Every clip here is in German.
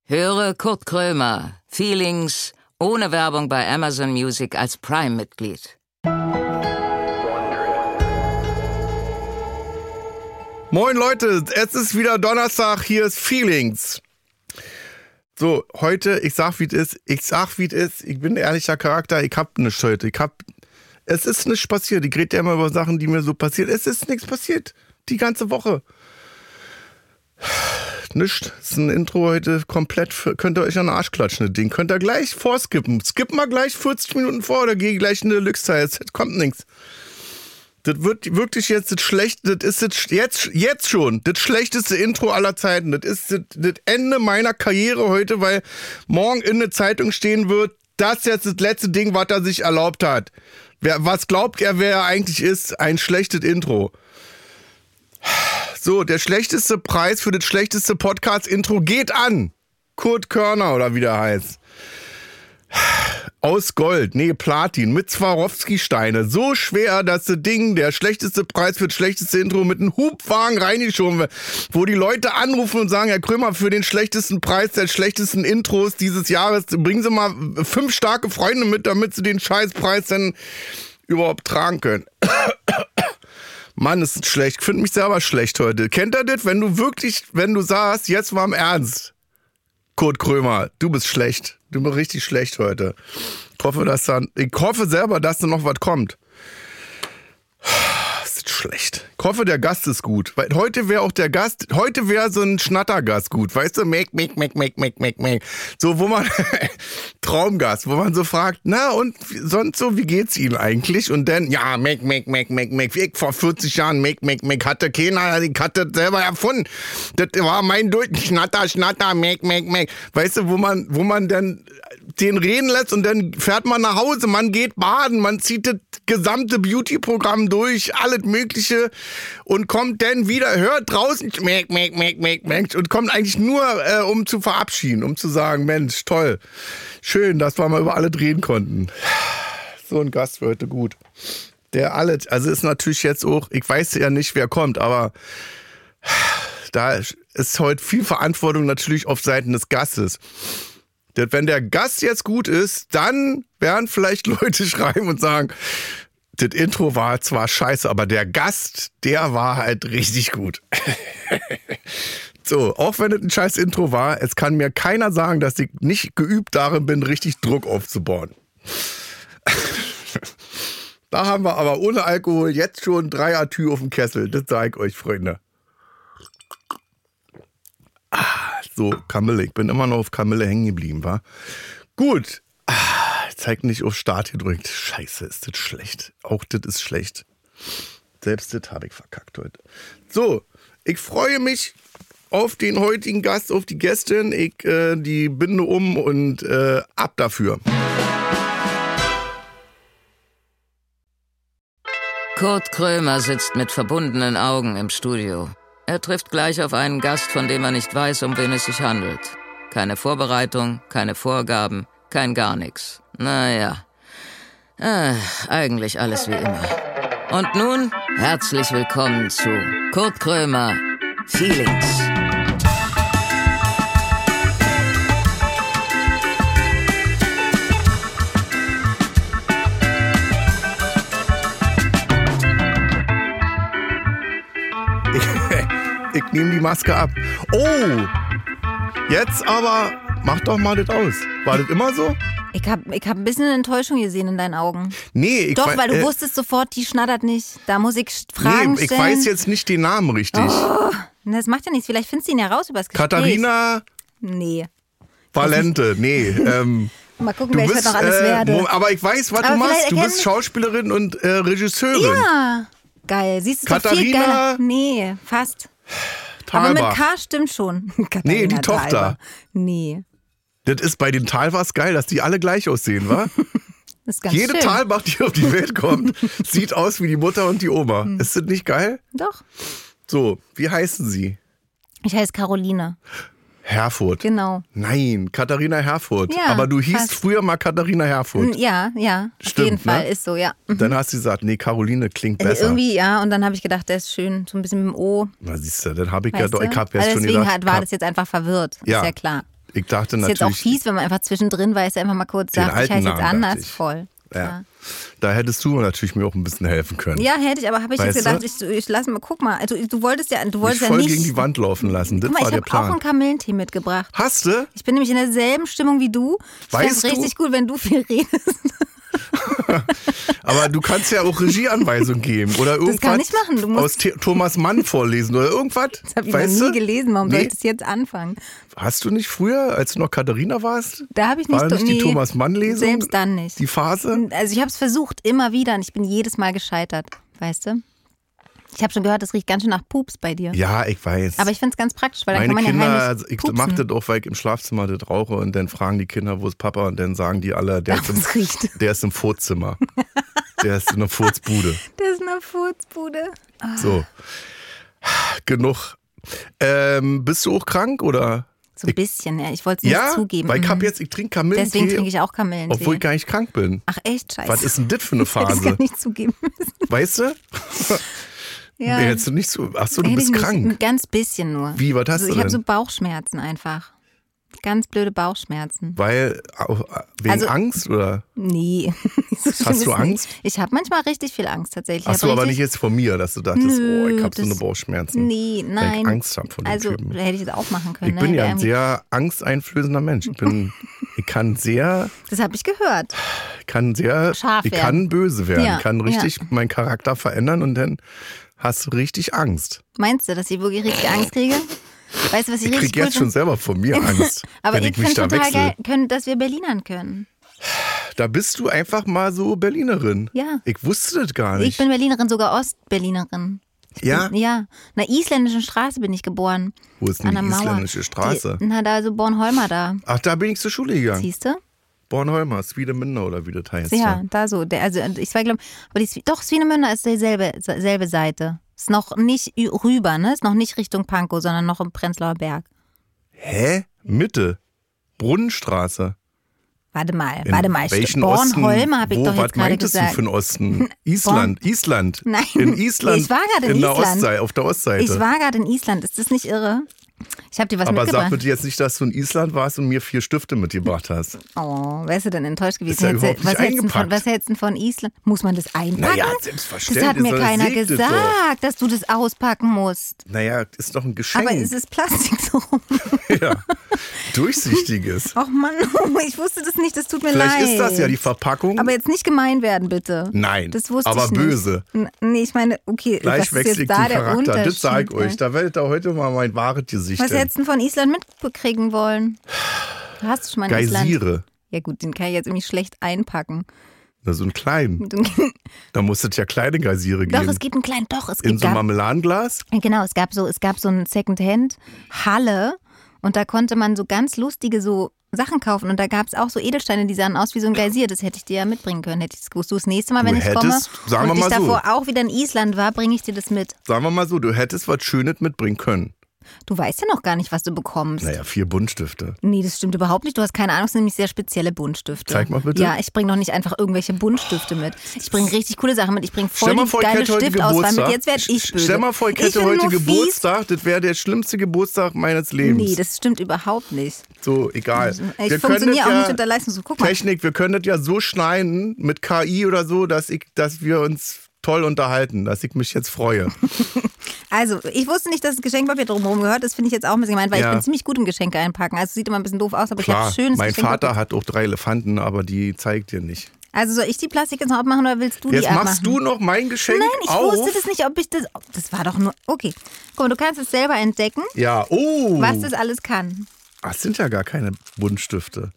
Höre Kurt Krömer, Feelings, ohne Werbung bei Amazon Music als Prime-Mitglied. Moin Leute, es ist wieder Donnerstag, hier ist Feelings. So, heute, ich sag wie es ist, ich bin ein ehrlicher Charakter, ich hab nichts heute, es ist nichts passiert, ich rede ja immer über Sachen, die mir so passiert, es ist nichts passiert, die ganze Woche. Nichts, das ist ein Intro heute komplett, könnt ihr euch an den Arsch klatschen, das Ding, könnt ihr gleich vorskippen, skipp mal gleich 40 Minuten vor oder geh gleich in die Deluxe-Teil, es kommt nichts. Das wird wirklich jetzt das Schlechte, das ist jetzt schon das schlechteste Intro aller Zeiten. Das ist das Ende meiner Karriere heute, weil morgen in der Zeitung stehen wird, das jetzt das letzte Ding, was er sich erlaubt hat. Was glaubt er, wer er eigentlich ist? Ein schlechtes Intro. So, der schlechteste Preis für das schlechteste Podcast-Intro geht an Kurt Körner oder wie der heißt. Aus Gold, nee, Platin, mit Swarovski-Steine. So schwer, dass das Ding, der schlechteste Preis für das schlechteste Intro, mit einem Hubwagen reingeschoben wird. Wo die Leute anrufen und sagen, Herr Krömer, für den schlechtesten Preis der schlechtesten Intros dieses Jahres, bringen Sie mal 5 starke Freunde mit, damit Sie den Scheißpreis dann überhaupt tragen können. Mann, ist das schlecht. Ich finde mich selber schlecht heute. Kennt ihr das? Wenn du sagst, jetzt mal im Ernst. Kurt Krömer, du bist schlecht. Du bist richtig schlecht heute. Ich hoffe selber, dass da noch was kommt. Das ist schlecht. Ich hoffe, der Gast ist gut. Weil heute wäre auch der Gast, heute wäre so ein Schnattergast gut. Weißt du, make. So, wo man, Traumgast, wo man so fragt, na und sonst so, wie geht's Ihnen eigentlich? Und dann, ja, make. Wie ich vor 40 Jahren, make. Hatte keiner, ich hatte das selber erfunden. Das war mein Schnatter, make. Weißt du, wo man dann den reden lässt und dann fährt man nach Hause, man geht baden, man zieht das gesamte Beauty-Programm durch, alles Mögliche und kommt dann wieder, hört draußen, make und kommt eigentlich nur, um zu verabschieden, um zu sagen, Mensch, toll, schön, dass wir mal über alles reden konnten. So ein Gast für heute gut. Der alles, also ist natürlich jetzt auch, ich weiß ja nicht, wer kommt, aber da ist heute viel Verantwortung natürlich auf Seiten des Gastes. Wenn der Gast jetzt gut ist, dann werden vielleicht Leute schreiben und sagen, das Intro war zwar scheiße, aber der Gast, der war halt richtig gut. So, auch wenn es ein scheiß Intro war, es kann mir keiner sagen, dass ich nicht geübt darin bin, richtig Druck aufzubauen. Da haben wir aber ohne Alkohol jetzt schon 3 Atü auf dem Kessel. Das sage ich euch, Freunde. So, Kamille, ich bin immer noch auf Kamille hängen geblieben, wa? Gut. Zeig nicht auf Start gedrückt. Scheiße, ist das schlecht. Auch das ist schlecht. Selbst das habe ich verkackt heute. So, ich freue mich auf den heutigen Gast, auf die Gästin. Ich die binde um und ab dafür. Kurt Krömer sitzt mit verbundenen Augen im Studio. Er trifft gleich auf einen Gast, von dem er nicht weiß, um wen es sich handelt. Keine Vorbereitung, keine Vorgaben, kein gar nichts. Naja, eigentlich alles wie immer. Und nun herzlich willkommen zu Kurt Krömer, Feelings. Ich nehme die Maske ab. Oh, jetzt aber, mach doch mal das aus. War das immer so? Ich hab ein bisschen Enttäuschung gesehen in deinen Augen. Nee, weil du wusstest sofort, die schnattert nicht. Da muss ich Fragen stellen. Ich weiß jetzt nicht den Namen richtig. Oh, das macht ja nichts. Vielleicht findest du ihn ja raus übers Gespräch. Katharina? Nee. Valente, nee. Mal gucken, wer ich heute noch alles werde. Aber ich weiß, was du machst. Du bist Schauspielerin und Regisseurin. Ja, geil. Siehst du, Katharina? Doch viel geiler. Nee, fast. Thalbach. Aber mit K stimmt schon. Nee, die Tochter. Thalbach. Nee. Das ist bei den Thalbachs geil, dass die alle gleich aussehen, wa? Das ist ganz Jede schön. Thalbach, die auf die Welt kommt, sieht aus wie die Mutter und die Oma. Ist das nicht geil? Doch. So, wie heißen sie? Ich heiße Caroline. Herfurth. Genau. Nein, Katharina Herfurth. Ja, aber du hießt fast. früher mal Katharina Herfurth. Ja, Stimmt, auf jeden Fall ne? ist so, ja. Dann hast du gesagt, nee, Caroline klingt besser. Irgendwie, ja, und dann habe ich gedacht, der ist schön, so ein bisschen mit dem O. Na siehst du, dann habe ich Weißt ja doch, du? ich habe jetzt Also schon deswegen gedacht. war das jetzt einfach verwirrt, Ja. ist ja klar. Ich dachte ist natürlich. jetzt auch fies, wenn man einfach zwischendrin weiß, einfach mal kurz sagt, ich alten heiße jetzt Namen, anders. dachte ich. Voll. Ja. Da hättest du natürlich mir auch ein bisschen helfen können. Ja, hätte ich, aber habe ich jetzt Weißt gedacht, ich lass mal, guck mal. Also du wolltest ja Mich ja voll nicht. gegen die Wand laufen lassen. Das Guck mal, war ich der habe auch Plan. einen Kamillentee mitgebracht. Hast du? Ich bin nämlich in derselben Stimmung wie du. Ich Weißt find's richtig gut, wenn du viel redest. Aber du kannst ja auch Regieanweisungen geben oder irgendwas kann ich machen. Du musst aus Thomas Mann vorlesen oder irgendwas. Das habe ich noch nie gelesen. Warum soll ich das jetzt anfangen? Hast du nicht früher, als du noch Katharina warst? Da habe ich nicht, War nicht die Thomas Mann-Lesung? Selbst dann nicht. Die Phase? Also ich habe es versucht, immer wieder, und ich bin jedes Mal gescheitert, weißt du? Ich habe schon gehört, das riecht ganz schön nach Pups bei dir. Ja, ich weiß. Aber ich finde es ganz praktisch, weil dann Meine kann man Kinder, ja heimlich also ich pupsen. mache das auch, weil ich im Schlafzimmer das rauche und dann fragen die Kinder, wo ist Papa? Und dann sagen die alle, der ist im Vorzimmer. Der ist in der Furzbude. Das ist eine Furzbude. So. Genug. Bist du auch krank oder? So ein bisschen, ja. Ich wollte es nicht zugeben. Weil ich trinke Kamillentee. Deswegen trinke ich auch Kamillentee. Obwohl ich gar nicht krank bin. Ach echt, scheiße. Was ist denn das für eine Ich hätte Phase? es gar nicht zugeben müssen. Weißt du? Ja. Nee, hättest du nicht so. Ach so, du Hätte bist ich nicht, krank. Ein ganz bisschen nur. Wie, was hast Also du ich habe denn? so Bauchschmerzen einfach. Ganz blöde Bauchschmerzen. Weil, wegen Also- Angst oder? Nee. So schlimm Hast du ist Angst? nicht. Ich habe manchmal richtig viel Angst tatsächlich. Hast du aber nicht jetzt von mir, dass du dachtest, ich habe so eine das- Bauchschmerzen. Nee, Weil nein. ich Angst habe vor dem Also Typen. hätte ich das auch machen können. Ich bin ne? ja ein sehr angsteinflößender Mensch. Ich kann sehr Das habe ich gehört. Scharf ich werden. kann böse werden. Ja, Ich kann richtig meinen Charakter verändern und dann hast du richtig Angst. Meinst du, dass ich wirklich richtig Angst kriege? Weißt du, was ich Ich richtig krieg jetzt schon selber von mir Angst, Aber wenn ich ich mich finde da total wechsle. geil, dass wir Berlinern können. Da bist du einfach mal so Berlinerin. Ja. Ich wusste das gar Ich nicht. bin Berlinerin, sogar Ostberlinerin. Ja? Ja, in der isländischen Straße bin ich geboren. Wo ist denn An die der Mauer. isländische Straße? Na, da so Bornholmer da. Ach, da bin ich zur Schule gegangen. Siehst du? Bornholmer, Swiedemünde oder wie das heißt. Ja, da so. Also ich glaube, aber doch, Swinemünde ist dieselbe Seite. Ist noch nicht rüber, ne? Ist noch nicht Richtung Pankow, sondern noch im Prenzlauer Berg. Hä? Mitte? Brunnenstraße? Warte mal. Welchen Bornholmer habe ich doch was jetzt gerade meintest gesagt. du für einen Osten? Island. Nein, In Island. ich war gerade in der Island. Ostsee, auf der Ostseite. Ich war gerade in Island. Ist das nicht irre? Ich habe dir was Aber mitgebracht. sag bitte jetzt nicht, dass du in Island warst und mir 4 Stifte mitgebracht hast. Oh, wärst du denn enttäuscht gewesen? Ist ja überhaupt nicht eingepackt. Was hältst du von Island? Muss man das einpacken? Naja, selbstverständlich. Das hat mir so keiner segnet gesagt, dass du das auspacken musst. Doch. Naja, ist doch ein Geschenk. Aber es ist Plastik so rum. Ja. Durchsichtiges. Ach Mann, ich wusste das nicht, das tut mir Vielleicht leid. ist das ja die Verpackung. Aber jetzt nicht gemein werden, bitte. Nein, Das wusste aber ich nicht. böse. Nee, ich meine, okay, Gleich was ist wechsle jetzt ich da den der Charakter. Unterschied? Das sag ich euch. Da werdet ihr heute mal mein wahres Gesicht Was sehen. hättest du von Island mitkriegen wollen? Hast du schon mal in Island? Geysire. Ja gut, den kann ich jetzt irgendwie schlecht einpacken. Na, so einen kleinen. Da muss es ja kleine Geysire Doch, geben. es gibt einen kleinen, In so einem Marmeladenglas? Genau, es gab so ein Secondhand-Halle und da konnte man so ganz lustige so Sachen kaufen und da gab es auch so Edelsteine, die sahen aus wie so ein Geysir. Das hätte ich dir ja mitbringen können. Hätte ich das gewusst. Du das nächste Mal, Du wenn ich komme hättest, sagen wir und ich mal so. davor auch wieder in Island war, bringe ich dir das mit. Sagen wir mal so, du hättest was Schönes mitbringen können. Du weißt ja noch gar nicht, was du bekommst. Naja, 4 Buntstifte. Nee, das stimmt überhaupt nicht. Du hast keine Ahnung, es sind nämlich sehr spezielle Buntstifte. Zeig mal bitte. Ja, ich bringe noch nicht einfach irgendwelche Buntstifte mit. Ich bringe richtig coole Sachen mit. Ich bringe voll Stell mal die vor, ich geile hätte heute Stiftauswahl mit. Geburtstag. Jetzt werde ich böse. Stell mal vor, ich hätte bin heute nur fies. Geburtstag. Das wäre der schlimmste Geburtstag meines Lebens. Nee, das stimmt überhaupt nicht. So, egal. Ich funktioniere auch nicht unter Leistungsdruck. Guck mal. Technik, wir können das ja so schneiden mit KI oder so, dass wir uns toll unterhalten, dass ich mich jetzt freue. Also, ich wusste nicht, dass das Geschenkpapier drumherum gehört. Das finde ich jetzt auch ein bisschen gemein, weil Ja. ich bin ziemlich gut im Geschenke einpacken. Also, es sieht immer ein bisschen doof aus, aber ich Klar, habe schönes mein Geschenkpapier. Vater hat auch 3 Elefanten, aber die zeigt dir nicht. Also, soll ich die Plastik jetzt noch abmachen oder willst du die Jetzt abmachen? machst du noch mein Geschenk Nein, ich auf. wusste das nicht, ob ich das... Das war doch nur... Okay. Guck mal, du kannst es selber entdecken, Ja, oh. was das alles kann. Ach, es sind ja gar keine Buntstifte.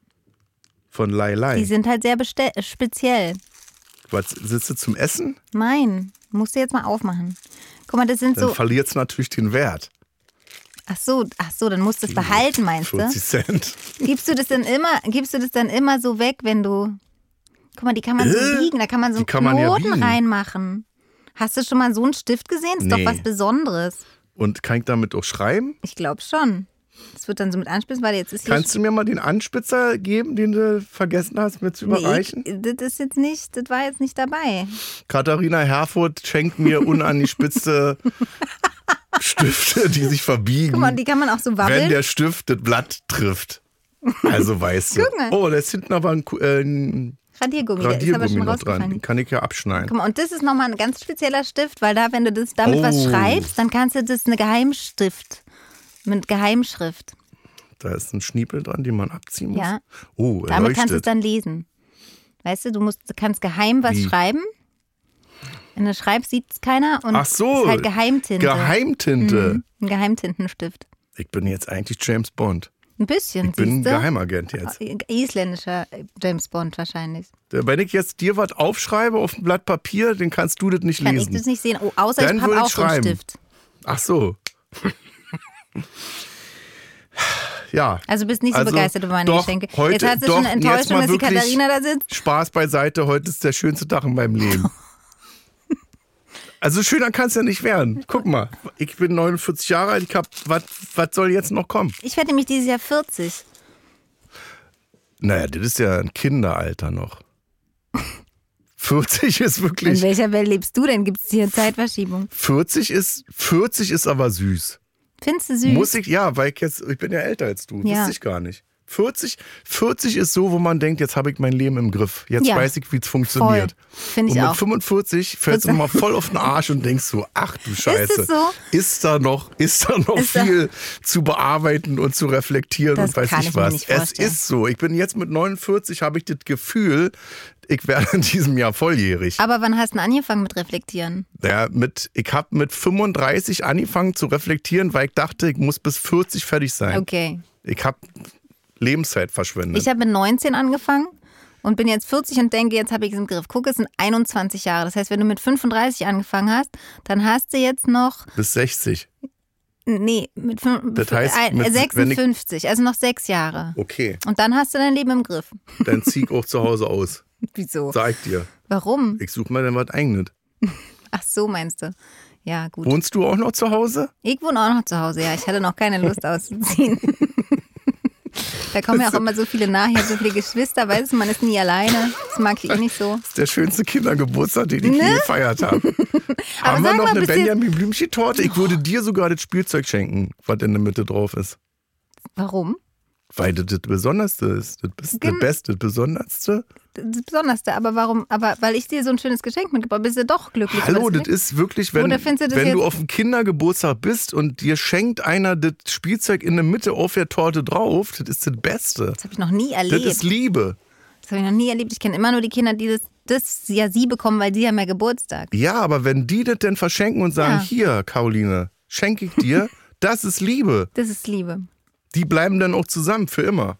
Von Lai Die Lai. sind halt sehr speziell. Was, sitzt du zum Essen? Nein, musst du jetzt mal aufmachen. Guck mal, das sind Dann so... verliert es natürlich den Wert. Ach so, dann musst du es behalten, meinst du? 40 Cent. Gibst du das dann immer so weg, wenn du... Guck mal, die kann man so biegen, da kann man so Die einen kann man ja Knoten biegen. reinmachen. Hast du schon mal so einen Stift gesehen? Das ist Nee. doch was Besonderes. Und kann ich damit auch schreiben? Ich glaube schon. Das wird dann so mit Anspitzen, weil jetzt ist hier... Kannst du mir mal den Anspitzer geben, den du vergessen hast, mir zu überreichen? Das war jetzt nicht dabei. Katharina Herfurth schenkt mir unangespitzte Stifte, die sich verbiegen. Guck mal, die kann man auch so wenn wabbeln. der Stift das Blatt trifft. Also weißt du. Guck mal. Oh, da ist hinten aber ein Radiergummi, der ist aber schon noch dran. rausgefallen. Den kann ich ja abschneiden. Guck mal, und das ist nochmal ein ganz spezieller Stift, weil da, wenn du damit was schreibst, dann kannst du das eine Geheimstift mit Geheimschrift. Da ist ein Schniepel dran, den man abziehen muss. Ja. Oh, er Damit kannst du es leuchtet. dann lesen. Weißt du, du kannst geheim was schreiben. Wenn du schreibst, sieht es keiner. Und Ach so. es ist halt Geheimtinte. Geheimtinte. Ein Geheimtintenstift. Ich bin jetzt eigentlich James Bond. Ein bisschen, Ich bin ein siehst du? Geheimagent jetzt. Isländischer James Bond wahrscheinlich. Wenn ich jetzt dir was aufschreibe auf ein Blatt Papier, dann kannst du das nicht Kann lesen. ich das nicht sehen? Oh, außer Dann ich habe würde auch ich so einen schreiben. Stift. Ach so. Ja. Also bist nicht so begeistert über meine doch, Geschenke. Heute, Jetzt hast du doch, schon Enttäuschung, mal dass die wirklich Katharina da sitzt. Spaß beiseite, heute ist der schönste Tag in meinem Leben. Also schöner kann es ja nicht werden. Guck mal, ich bin 49 Jahre alt, was soll jetzt noch kommen? Ich werde nämlich dieses Jahr 40. Naja, das ist ja ein Kinderalter noch. 40 ist In wirklich, welcher Welt lebst du denn? Gibt es hier Zeitverschiebung? 40 ist aber süß. Findest du süß? Muss ich, ja, weil ich bin ja älter als du, Ja. wusste ich gar nicht. 40 ist so, wo man denkt, jetzt habe ich mein Leben im Griff. Jetzt Ja. weiß ich, wie es funktioniert. Finde Und ich mit auch. 45 fällst du mal voll auf den Arsch und denkst so, ach du Scheiße. es so? Ist da noch Ist da- viel zu bearbeiten und zu reflektieren Das und weiß kann ich ich mir was. nicht Es vorstellen. ist so. Ich bin jetzt mit 49, habe ich das Gefühl, ich werde in diesem Jahr volljährig. Aber wann hast du denn angefangen mit Reflektieren? Ja, ich habe mit 35 angefangen zu reflektieren, weil ich dachte, ich muss bis 40 fertig sein. Okay. Ich habe Lebenszeit verschwendet. Ich habe mit 19 angefangen und bin jetzt 40 und denke, jetzt habe ich es im Griff. Guck, es sind 21 Jahre. Das heißt, wenn du mit 35 angefangen hast, dann hast du jetzt noch, Bis 60. nee, mit Das heißt, wenn ich- 56, also noch 6 Jahre. Okay, Und dann hast du dein Leben im Griff. dann zieh ich auch zu Hause aus. Wieso? Sag ich dir. Warum? Ich suche mir dann was eigenes. Ach so, meinst du? Ja, gut. Wohnst du auch noch zu Hause? Ich wohne auch noch zu Hause, ja. Ich hatte noch keine Lust auszuziehen. Da kommen ja auch immer so viele nach. Ich habe so viele Geschwister, weißt du, man ist nie alleine. Das mag ich eh nicht so. Das ist der schönste Kindergeburtstag, den ich je gefeiert habe. Haben wir sag noch mal, eine bist du- Benjamin Blümchen-Torte? Ich würde dir sogar das Spielzeug schenken, was in der Mitte drauf ist. Warum? Weil das Besonderste ist. Das Beste, das Besonderste. Das Besonderste, aber warum? Aber weil ich dir so ein schönes Geschenk mitgebracht habe, bist du doch glücklich. Hallo, oder das ist wirklich, wenn, Oder findest du das wenn du jetzt- auf dem Kindergeburtstag bist und dir schenkt einer das Spielzeug in der Mitte auf der Torte drauf, das ist das Beste. Das habe ich noch nie Das erlebt. ist Liebe. Das habe ich noch nie erlebt. Ich kenne immer nur die Kinder, die das ja sie bekommen, weil sie haben ja Geburtstag. Ja, aber wenn die das denn verschenken und sagen, Ja. hier, Caroline, schenke ich dir, das ist Liebe. Das ist Liebe. Die bleiben dann auch zusammen für immer.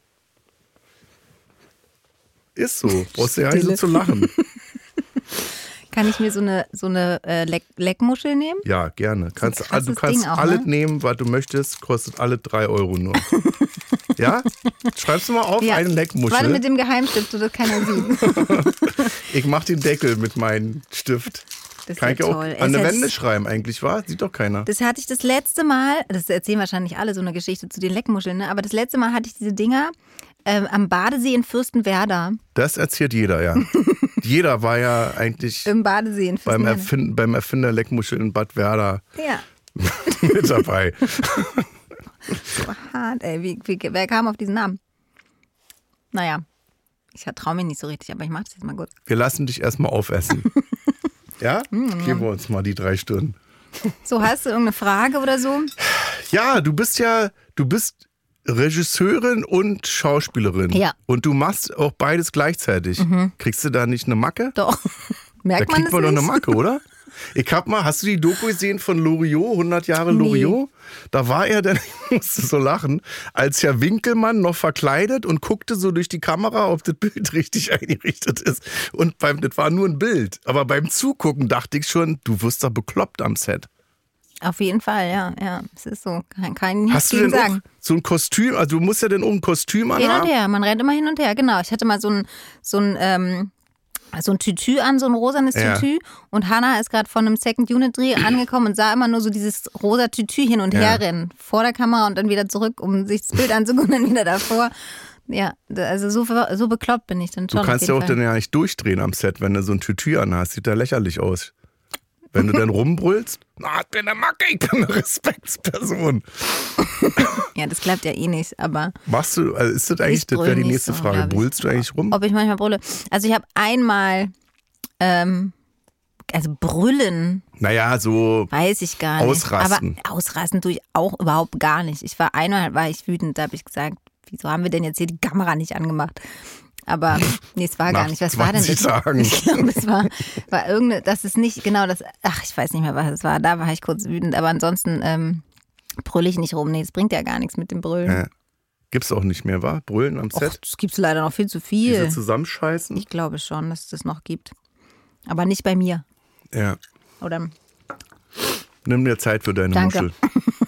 Ist so. Brauchst du ja nicht so Stille. zu lachen. Kann ich mir so eine Leckmuschel nehmen? Ja, gerne. ein Du krasses kannst Ding auch, alles ne? nehmen, was du möchtest, kostet alle 3 Euro nur. Ja? Schreibst du mal auf, eine Leckmuschel. Warte mit dem Geheimstift, sodass keiner sieht. Ich mach den Deckel mit meinem Stift. Das ist Kann ja ich auch toll. an Es der hat- Wände schreiben eigentlich, war? Sieht doch keiner. Das hatte ich das letzte Mal, das erzählen wahrscheinlich alle so eine Geschichte zu den Leckmuscheln, ne? Aber das letzte Mal hatte ich diese Dinger am Badesee in Fürstenwerder. Das erzählt jeder, ja. Jeder war ja eigentlich Im Badesee in beim Fürstenwerder. Beim Erfinder Leckmuschel in Bad Werder Ja, mit dabei. so hart, ey. Wer kam auf diesen Namen? Naja, ich traue mich nicht so richtig, aber ich mache das jetzt mal gut. Wir lassen dich erstmal aufessen. Ja? Geben wir uns mal die 3 Stunden. So, hast du irgendeine Frage oder so? Ja, du bist Regisseurin und Schauspielerin. Ja. Und du machst auch beides gleichzeitig. Kriegst du da nicht eine Macke? Doch. Da Merkt man kriegt das man doch nicht? eine Macke, oder? Hast du die Doku gesehen von Loriot, 100 Jahre Nee. Loriot? Da war er dann, ich musste so lachen, als Herr Winkelmann noch verkleidet und guckte so durch die Kamera, ob das Bild richtig eingerichtet ist. Und das war nur ein Bild. Aber beim Zugucken dachte ich schon, du wirst da bekloppt am Set. Auf jeden Fall, ja. Es ist so. Kann ich nichts Hast du gegen denn sagen. auch so ein Kostüm? Also du musst ja dann auch ein Kostüm Hin und anhaben. her, man rennt immer hin und her, genau. Ich hatte mal so ein Tütü an, so ein rosanes Ja. Tütü. Und Hannah ist gerade von einem Second-Unit-Dreh angekommen und sah immer nur so dieses rosa Tütü hin und her rennen. Vor der Kamera und dann wieder zurück, um sich das Bild anzugucken und dann wieder davor. Ja, also so bekloppt bin ich dann schon. Du kannst auf ja jeden auch Fall. dann ja nicht durchdrehen am Set, wenn du so ein Tütü anhast. Sieht da lächerlich aus. Wenn du dann rumbrüllst, na, ich bin eine Macke, ich bin eine Respektsperson. Ja, das klappt ja eh nicht, aber... Machst du, also ist das eigentlich, das wäre die nächste Frage, brüllst du eigentlich rum? Ob ich manchmal brülle? Also ich habe einmal, also brüllen... Naja, so weiß ich gar nicht. ausrasten. Aber ausrasten tue ich auch überhaupt gar nicht. Einmal war ich wütend, da habe ich gesagt, wieso haben wir denn jetzt hier die Kamera nicht angemacht? Aber nee, es war gar nicht. Was war denn das? Tagen. Ich glaube, es war irgendeine, das ist nicht genau das, ich weiß nicht mehr, was es war. Da war ich kurz wütend, aber ansonsten brülle ich nicht rum. Nee, das bringt ja gar nichts mit dem Brüllen. Ja. Gibt's auch nicht mehr, wa? Brüllen am Set? Das gibt's leider noch viel zu viel. Diese Zusammenscheißen? Ich glaube schon, dass es das noch gibt. Aber nicht bei mir. Ja. Oder? Nimm dir Zeit für deine Danke. Muschel.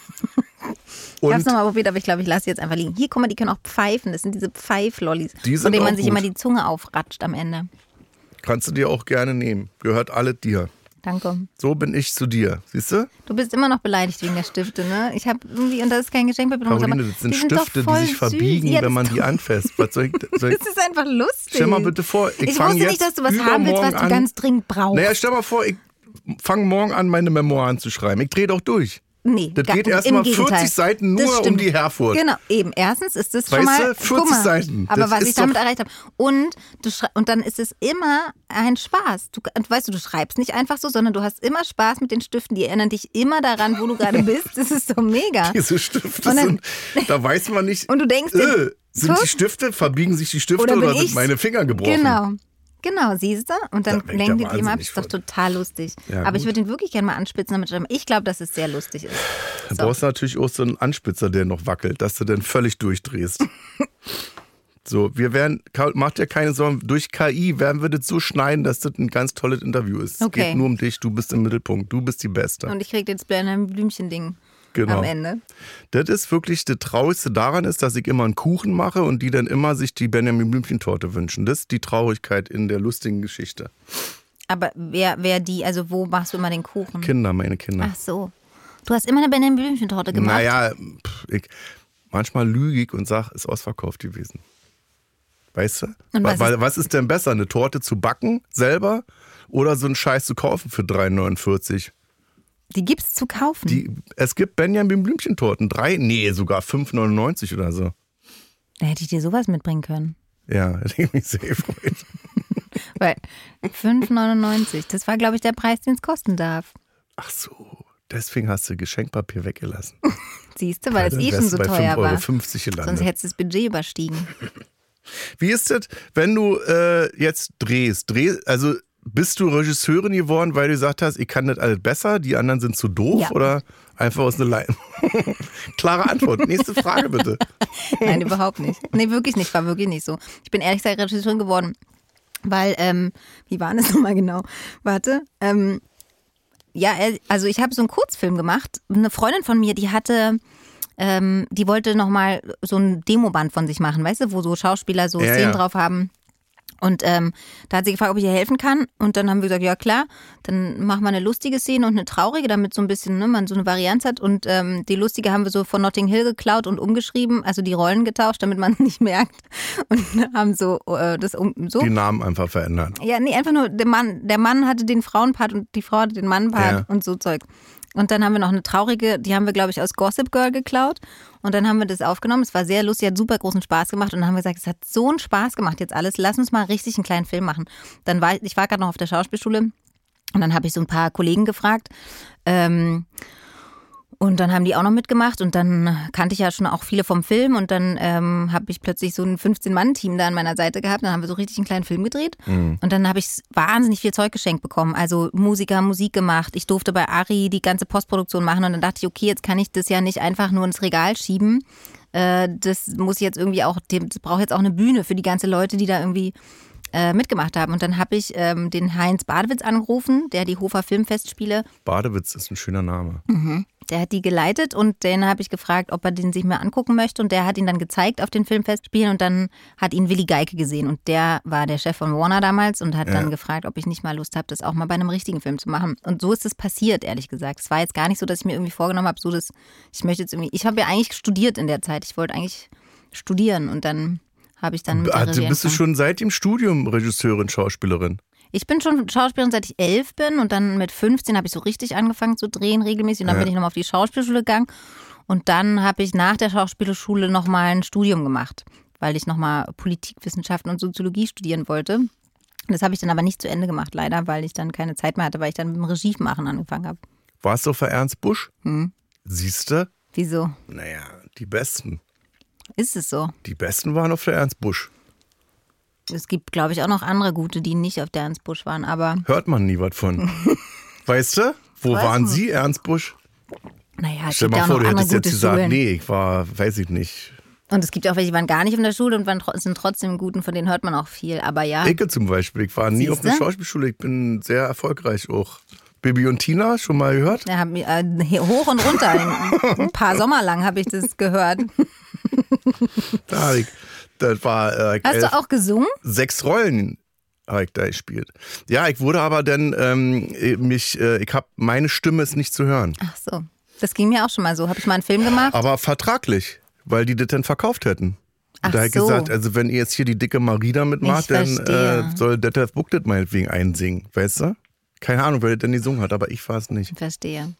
Ich habe es nochmal probiert, aber ich glaube, ich lasse sie jetzt einfach liegen. Hier, guck mal, die können auch pfeifen. Das sind diese Pfeiflollis, von denen man sich immer die Zunge aufratscht am Ende. Kannst du dir auch gerne nehmen. Gehört alle dir. Danke. So bin ich zu dir. Siehst du? Du bist immer noch beleidigt wegen der Stifte, ne? Ich habe irgendwie, und das ist kein Geschenkpapier. Caroline, das sind Stifte, die sich verbiegen, wenn man die anfasst. Was soll ich, das ist einfach lustig. Stell mal bitte vor, ich wusste nicht, dass du was haben willst, was du ganz dringend brauchst. Naja, stell mal vor, ich fange morgen an, meine Memoiren zu schreiben. Ich drehe doch durch. Nee, das geht erstmal 40 Seiten nur um die Herfurth. Genau, eben. Erstens ist das schon weißt mal, du, 40 Seiten. Aber was ich damit erreicht habe. Und dann ist es immer ein Spaß. Du schreibst nicht einfach so, sondern du hast immer Spaß mit den Stiften. Die erinnern dich immer daran, wo du gerade bist. Das ist so mega. Diese Stifte sind, da weiß man nicht, und du denkst, verbiegen sich die Stifte oder sind meine Finger gebrochen? Genau, siehst du? Und dann lenken die immer ab. Das ist doch total lustig. Ja, aber ich würde ihn wirklich gerne mal anspitzen, damit ich glaube, dass es sehr lustig ist. Du brauchst natürlich auch so einen Anspitzer, der noch wackelt, dass du dann völlig durchdrehst. So, mach dir keine Sorgen, durch KI werden wir das so schneiden, dass das ein ganz tolles Interview ist. Es geht nur um dich, du bist im Mittelpunkt, du bist die Beste. Und ich krieg jetzt ein Blümchen-Ding. Genau. Am Ende. Das ist wirklich das Traurigste daran ist, dass ich immer einen Kuchen mache und die dann immer sich die Benjamin Blümchen-Torte wünschen. Das ist die Traurigkeit in der lustigen Geschichte. Aber wer die, also wo machst du immer den Kuchen? Meine Kinder. Ach so. Du hast immer eine Benjamin Blümchen-Torte gemacht? Naja, manchmal lüge ich und sage, ist ausverkauft gewesen. Weißt du? Was ist denn besser, eine Torte zu backen selber oder so einen Scheiß zu kaufen für 3,49? Die gibt's zu kaufen? Es gibt Benjamin Blümchen-Torten. Sogar 5,99 oder so. Da hätte ich dir sowas mitbringen können. Ja, hätte ich mich sehr gefreut. Weil 5,99, das war, glaube ich, der Preis, den es kosten darf. Ach so, deswegen hast du Geschenkpapier weggelassen. Siehst du, weil es schon so teuer war. 5,50 gelandet. Sonst hättest du das Budget überstiegen. Wie ist das, wenn du jetzt drehst? Also bist du Regisseurin geworden, weil du gesagt hast, ich kann das alles besser, die anderen sind zu doof? Ja. Oder einfach aus einer Leine? Klare Antwort. Nächste Frage bitte. Nein, überhaupt nicht. Nee, wirklich nicht. War wirklich nicht so. Ich bin ehrlich gesagt Regisseurin geworden, weil, wie war das nochmal genau? Warte. Also ich habe so einen Kurzfilm gemacht. Eine Freundin von mir, die wollte nochmal so ein Demoband von sich machen, weißt du, wo so Schauspieler so Szenen drauf haben. Und da hat sie gefragt, ob ich ihr helfen kann. Und dann haben wir gesagt, ja klar, dann machen wir eine lustige Szene und eine traurige, damit so ein bisschen man so eine Varianz hat. Und die lustige haben wir so von Notting Hill geklaut und umgeschrieben, also die Rollen getauscht, damit man es nicht merkt. Und haben so die Namen einfach verändert. Ja, nee, einfach nur der Mann hatte den Frauenpart und die Frau hatte den Mannpart und so Zeug. Und dann haben wir noch eine traurige, die haben wir, glaube ich, aus Gossip Girl geklaut. Und dann haben wir das aufgenommen. Es war sehr lustig, hat super großen Spaß gemacht. Und dann haben wir gesagt, es hat so einen Spaß gemacht jetzt alles. Lass uns mal richtig einen kleinen Film machen. Ich war gerade noch auf der Schauspielschule und dann habe ich so ein paar Kollegen gefragt. Und dann haben die auch noch mitgemacht und dann kannte ich ja schon auch viele vom Film und dann habe ich plötzlich so ein 15-Mann-Team da an meiner Seite gehabt. Dann haben wir so richtig einen kleinen Film gedreht und dann habe ich wahnsinnig viel Zeug geschenkt bekommen. Also Musiker, Musik gemacht. Ich durfte bei Ari die ganze Postproduktion machen und dann dachte ich, okay, jetzt kann ich das ja nicht einfach nur ins Regal schieben. Das muss jetzt irgendwie auch, das braucht jetzt auch eine Bühne für die ganzen Leute, die da irgendwie mitgemacht haben. Und dann habe ich den Heinz Badewitz angerufen, der die Hofer Filmfestspiele. Badewitz ist ein schöner Name. Der hat die geleitet und den habe ich gefragt, ob er den sich mal angucken möchte. Und der hat ihn dann gezeigt auf den Filmfestspielen und dann hat ihn Willi Geike gesehen. Und der war der Chef von Warner damals und hat dann gefragt, ob ich nicht mal Lust habe, das auch mal bei einem richtigen Film zu machen. Und so ist es passiert, ehrlich gesagt. Es war jetzt gar nicht so, dass ich mir irgendwie vorgenommen habe, ich habe ja eigentlich studiert in der Zeit. Ich wollte eigentlich studieren und dann habe ich dann mit der Regie bist du schon seit dem Studium Regisseurin, Schauspielerin? Ich bin schon Schauspielerin, seit ich 11 bin und dann mit 15 habe ich so richtig angefangen zu drehen regelmäßig und dann bin ich nochmal auf die Schauspielschule gegangen und dann habe ich nach der Schauspielschule nochmal ein Studium gemacht, weil ich nochmal Politikwissenschaften und Soziologie studieren wollte. Das habe ich dann aber nicht zu Ende gemacht, leider, weil ich dann keine Zeit mehr hatte, weil ich dann mit dem Regiemachen angefangen habe. Warst du für Ernst Busch? Siehste? Wieso? Naja, die Besten. Ist es so? Die Besten waren auf der Ernst Busch. Es gibt, glaube ich, auch noch andere gute, die nicht auf der Ernst Busch waren, aber... Hört man nie was von. Weißt du? Wo waren Sie, Ernst Busch? Naja, es Stell gibt ja mal auch vor, noch du andere hättest jetzt gute gesagt, Schulen. nee, ich war, weiß ich nicht. Und es gibt auch welche, die waren gar nicht in der Schule und sind trotzdem gut und von denen hört man auch viel, aber ja. Ecke zum Beispiel, ich war nie auf einer Siehste? Schauspielschule, ich bin sehr erfolgreich auch. Bibi und Tina, schon mal gehört? Ja, hoch und runter. Ein paar Sommer lang habe ich das gehört. Das war Hast du auch gesungen? 6 Rollen habe ich da gespielt. Ja, ich wurde aber dann, meine Stimme ist nicht zu hören. Ach so, das ging mir auch schon mal so. Habe ich mal einen Film gemacht? Aber vertraglich, weil die das dann verkauft hätten. Ach Da habe ich so. gesagt, also wenn ihr jetzt hier die dicke Marie da mitmacht, Ich dann verstehe. soll Detlef Buck das meinetwegen einsingen, weißt du? Keine Ahnung, wer das denn gesungen hat, aber ich war es nicht. Verstehe.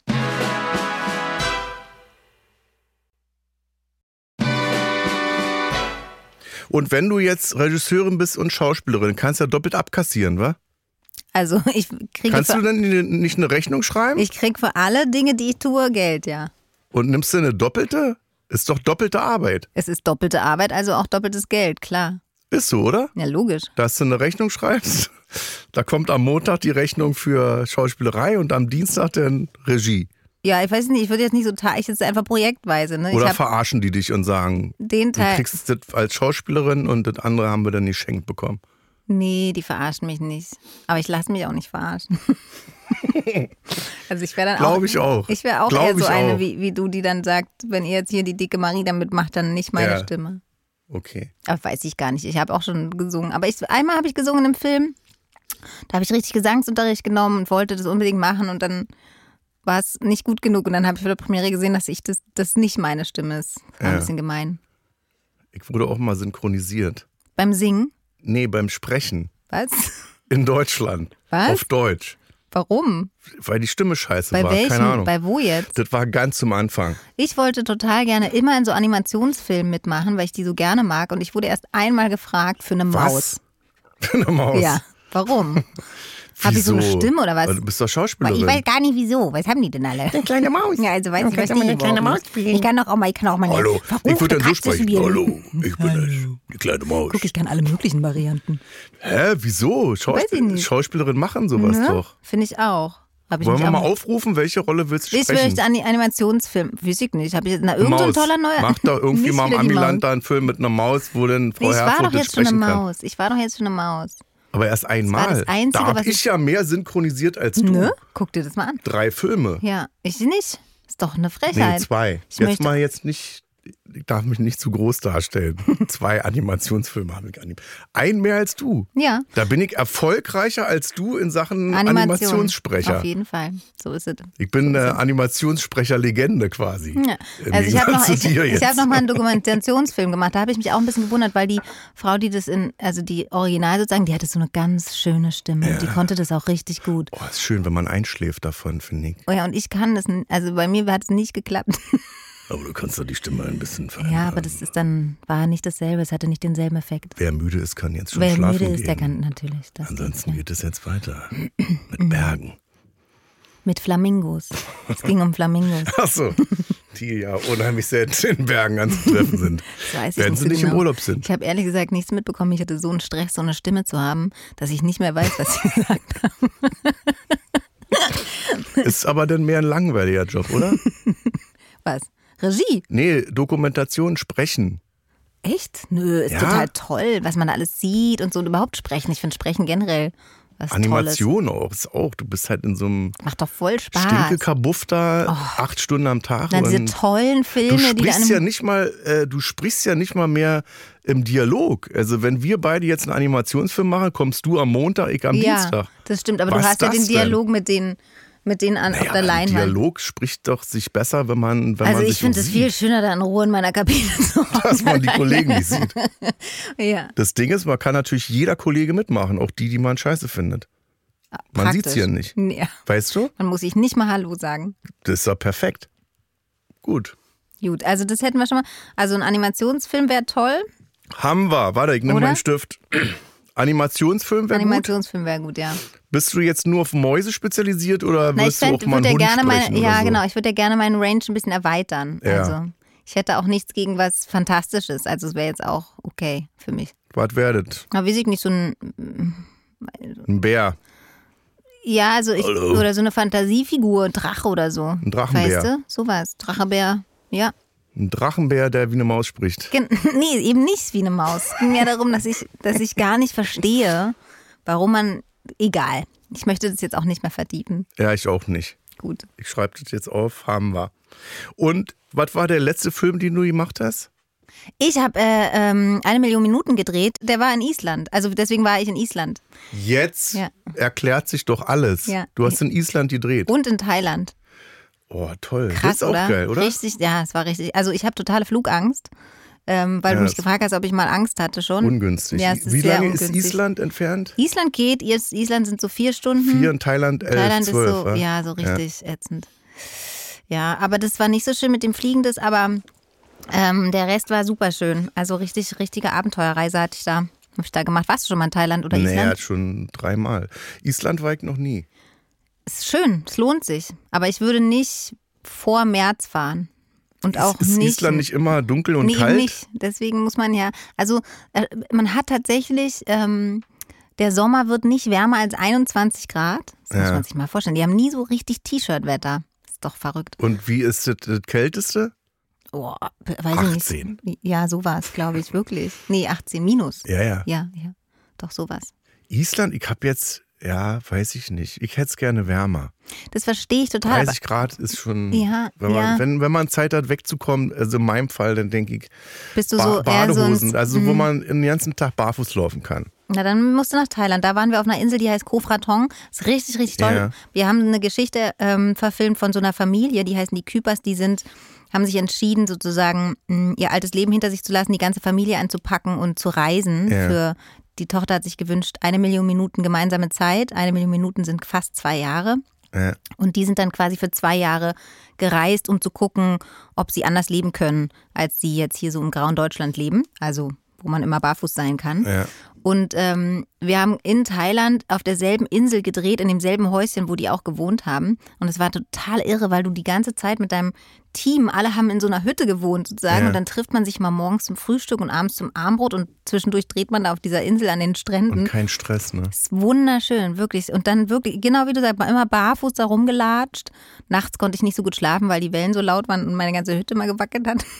Und wenn du jetzt Regisseurin bist und Schauspielerin, kannst du ja doppelt abkassieren, wa? Also ich kriege Kannst du denn nicht eine Rechnung schreiben? für alle Dinge, die ich tue, Geld, ja. Und nimmst du eine doppelte? Ist doch doppelte Arbeit. Es ist doppelte Arbeit, also auch doppeltes Geld, klar. Ist so, oder? Ja, logisch. Dass du eine Rechnung schreibst, da kommt am Montag die Rechnung für Schauspielerei und am Dienstag dann Regie. Ja, ich weiß nicht, ich würde jetzt nicht so ich jetzt einfach projektweise. Ne? Oder ich habe verarschen die dich und sagen, den du Teil. kriegst das als Schauspielerin und das andere haben wir dann geschenkt bekommen. Nee, die verarschen mich nicht. Aber ich lasse mich auch nicht verarschen. Also ich wäre dann Glaube ich auch. Ich wäre auch Glaub eher so ich eine, auch. wie du, die dann sagt, wenn ihr jetzt hier die dicke Marie damit macht, dann nicht meine Ja. Stimme. Okay. Aber weiß ich gar nicht. Ich habe auch schon gesungen. Aber einmal habe ich gesungen im Film. Da habe ich richtig Gesangsunterricht genommen und wollte das unbedingt machen. Und dann war es nicht gut genug. Und dann habe ich für die Premiere gesehen, dass das nicht meine Stimme ist. War ein Ja. bisschen gemein. Ich wurde auch mal synchronisiert. Beim Singen? Nee, beim Sprechen. Was? In Deutschland. Was? Auf Deutsch. Warum? Weil die Stimme scheiße Bei war. welchem? Keine Ahnung. Bei wo jetzt? Das war ganz zum Anfang. Ich wollte total gerne immer in so Animationsfilmen mitmachen, weil ich die so gerne mag. Und ich wurde erst einmal gefragt für eine Maus. Was? Für eine Maus? Ja, warum? Habe ich so eine Wieso? Stimme oder was? Weil du bist doch Ich Schauspielerin. weiß gar nicht wieso. Was haben die denn alle? Eine kleine Maus. Ja, also weiß ich, was die eine kleine Maus spielen. Ich kann auch mal eine Hallo, ich würde dann so verruchte Katze sprechen. spielen. Hallo, ich bin das. Die kleine Maus. Guck, ich kann alle möglichen Varianten. Hä, wieso? Weiß ich nicht. Schauspielerinnen machen sowas Ne? doch. Finde ich auch. Hab ich Wollen mich wir auch mal aufrufen, welche Rolle willst du Ich sprechen? möchte an die Animationsfilm. Weiß ich nicht. Habe ich na irgend so ein Maus. toller neuer. Mach da irgendwie Nicht mal am wieder die Amiland Maus. da einen Film mit einer Maus, wo dann Frau Nee, ich war Herfurth doch das jetzt schon eine sprechen kann. Maus. Ich war doch jetzt schon eine Maus. Aber erst einmal. das Einzige, da habe was ich ja mehr synchronisiert als du. Ne? Guck dir das mal an. 3 Filme. Ja, ich nicht. Ist doch eine Nee, Frechheit. 2. Ich Jetzt möchte- mal jetzt nicht, ich darf mich nicht zu groß darstellen. 2 Animationsfilme habe ich animiert. Ein mehr als du. Ja, Da bin ich erfolgreicher als du in Sachen Animation. Animationssprecher. Auf jeden Fall. So ist es. Ich bin eine Animationssprecher-Legende quasi. Ja. Im Also ich habe noch, Gegensatz zu dir jetzt. hab noch mal einen Dokumentationsfilm gemacht. Da habe ich mich auch ein bisschen gewundert, weil die Frau, die das also die Original sozusagen, die hatte so eine ganz schöne Stimme. Die konnte das auch richtig gut. Oh, ist schön, wenn man einschläft davon, finde ich. Oh ja, und ich kann das, also bei mir hat es nicht geklappt. Aber du kannst doch die Stimme ein bisschen verändern. Ja, aber das war nicht dasselbe, es hatte nicht denselben Effekt. Wer müde ist, kann jetzt schon Wer schlafen müde gehen. ist, der kann natürlich. Das Ansonsten geht, geht es jetzt weiter. Mit Bergen. mit Flamingos. Es ging um Flamingos. Achso, die ja unheimlich selten in Bergen anzutreffen sind. Das weiß ich Wenn nicht sie so nicht genau. im Urlaub sind. Ich habe ehrlich gesagt nichts mitbekommen. Ich hatte so einen Stress, so eine Stimme zu haben, dass ich nicht mehr weiß, was sie gesagt haben. Ist aber dann mehr ein langweiliger Job, oder? Was? Regie? Nee, Dokumentation, Sprechen. Echt? Nö, ist Ja. total toll, was man da alles sieht und so. Und überhaupt sprechen. Ich finde Sprechen generell was Animation auch, ist auch. Du bist halt in so einem Tolles. Macht doch voll Spaß. Stinkekabuff da, 8 Stunden am Tag. Dann diese und tollen Filme, du die da sprichst ja nicht mal, du sprichst ja nicht mal mehr im Dialog. Also wenn wir beide jetzt einen Animationsfilm machen, kommst du am Montag, ich am Dienstag. Ja, das stimmt. Aber Was du hast ja das den denn? Dialog mit denen auf der aber ein Leinwand. Dialog spricht doch sich besser, wenn man Also man ich sich finde es sieht, viel schöner, da in Ruhe in meiner Kabine zu dass man die Kollegen nicht sieht. Ja. Das Ding ist, man kann natürlich jeder Kollege mitmachen, auch die man scheiße findet. Man sieht es hier nicht. Ja. Weißt du? Man muss sich nicht mal Hallo sagen. Das ist doch perfekt. Gut. Gut, also das hätten wir schon mal. Also ein Animationsfilm wäre toll. Haben wir. Warte, ich nehme meinen Stift. Animationsfilm wäre gut. Animationsfilm wäre gut, ja. Bist du jetzt nur auf Mäuse spezialisiert oder wirst du auch mal einen Hund sprechen Ja, so? genau. Ich würde ja gerne meinen Range ein bisschen erweitern. Ja. Also ich hätte auch nichts gegen was Fantastisches. Also es wäre jetzt auch okay für mich. Was werdet? Aber weiß ich nicht, so ein... Ein Bär. Ja, also oder so eine Fantasiefigur, ein Drache oder so. Ein Drachenbär. Weißt du? Sowas. Drachenbär, ja. Ein Drachenbär, der wie eine Maus spricht. Nee, eben nicht wie eine Maus. Es ging ja darum, dass ich gar nicht verstehe, warum man... Egal. Ich möchte das jetzt auch nicht mehr vertiefen. Ja, ich auch nicht. Gut. Ich schreibe das jetzt auf, haben wir. Und was war der letzte Film, den du gemacht hast? Ich habe 1 Million Minuten gedreht. Der war in Island. Also deswegen war ich in Island. Jetzt erklärt sich doch alles. Ja. Du hast in Island gedreht. Und in Thailand. Oh, toll. Krass, das ist auch oder? geil, oder? Richtig, ja, es war richtig. Also ich habe totale Flugangst, weil du mich gefragt hast, ob ich mal Angst hatte schon. Ungünstig. Ja, es ist wie sehr lange ungünstig. ist Island entfernt? Island geht, Island sind so 4 Stunden. 4 und Thailand 11, Thailand 12. ist so, wa? ja, so richtig ätzend. Ja, aber das war nicht so schön mit dem Fliegen, aber der Rest war super schön. Also richtige Abenteuerreise habe ich da gemacht. Warst du schon mal in Thailand oder Island? Nee, schon 3-mal. Island war ich noch nie. Es ist schön, es lohnt sich. Aber ich würde nicht vor März fahren. Und auch ist nicht. Island nicht immer dunkel und nee, kalt? Nicht. Deswegen muss man ja. Also, man hat tatsächlich. Der Sommer wird nicht wärmer als 21 Grad. Das muss man sich mal vorstellen. Die haben nie so richtig T-Shirt-Wetter. Ist doch verrückt. Und wie ist das Kälteste? Oh, weiß 18. ich nicht. Ja, so war es, glaube ich, wirklich. Nee, 18 minus. Ja. Ja, doch sowas. Island, ich habe jetzt, weiß ich nicht. Ich hätte es gerne wärmer. Das verstehe ich total. 30 Grad ist schon, Ja, wenn man Zeit hat wegzukommen, also in meinem Fall, dann denke ich, bist du so Badehosen, also wo man den ganzen Tag barfuß laufen kann. Na, dann musst du nach Thailand. Da waren wir auf einer Insel, die heißt Koh Phrang. Ist richtig, richtig toll. Ja. Wir haben eine Geschichte verfilmt von so einer Familie, die heißen die Küpers, haben sich entschieden, sozusagen ihr altes Leben hinter sich zu lassen, die ganze Familie einzupacken und zu reisen. Ja. Die Tochter hat sich gewünscht, 1 Million Minuten gemeinsame Zeit. 1 Million Minuten sind fast 2 Jahre. Ja. Und die sind dann quasi für 2 Jahre gereist, um zu gucken, ob sie anders leben können, als sie jetzt hier so im grauen Deutschland leben. Also wo man immer barfuß sein kann. Ja. Und wir haben in Thailand auf derselben Insel gedreht, in demselben Häuschen, wo die auch gewohnt haben. Und es war total irre, weil du die ganze Zeit mit deinem Team, alle haben in so einer Hütte gewohnt sozusagen. Und dann trifft man sich mal morgens zum Frühstück und abends zum Abendbrot und zwischendurch dreht man da auf dieser Insel an den Stränden. Und kein Stress, ne? Das ist wunderschön, wirklich. Und dann wirklich, genau wie du sagst, immer barfuß da rumgelatscht. Nachts konnte ich nicht so gut schlafen, weil die Wellen so laut waren und meine ganze Hütte mal gewackelt hat.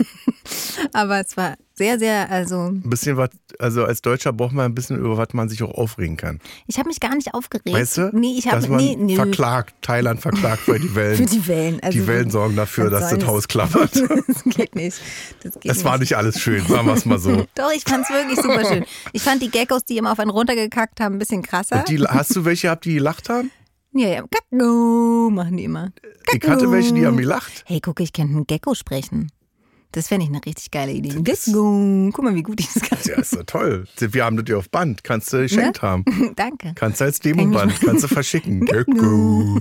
Aber es war sehr, sehr, Ein bisschen was, also als Deutscher braucht man ein bisschen, über was man sich auch aufregen kann. Ich habe mich gar nicht aufgeregt. Weißt du? Nee, ich habe verklagt, Thailand verklagt, weil die Wellen. Für die Wellen. Also die Wellen sorgen dafür, dass das Haus klappert. Das geht nicht. Das war nicht alles schön, sagen wir es mal so. Doch, ich fand es wirklich super schön. Ich fand die Geckos, die immer auf einen runtergekackt haben, ein bisschen krasser. Hast du welche gehabt, die gelacht haben? Ja, Gecko machen die immer. Gecko. Ich hatte welche, die haben gelacht. Hey, guck, ich könnte einen Gecko sprechen. Das fände ich eine richtig geile Idee. Gecko. Guck mal, wie gut ich das kann. Ja, ist doch toll. Wir haben das dir auf Band. Kannst du geschenkt haben. Danke. Kannst du als Demoband. Kannst du verschicken. Gecko.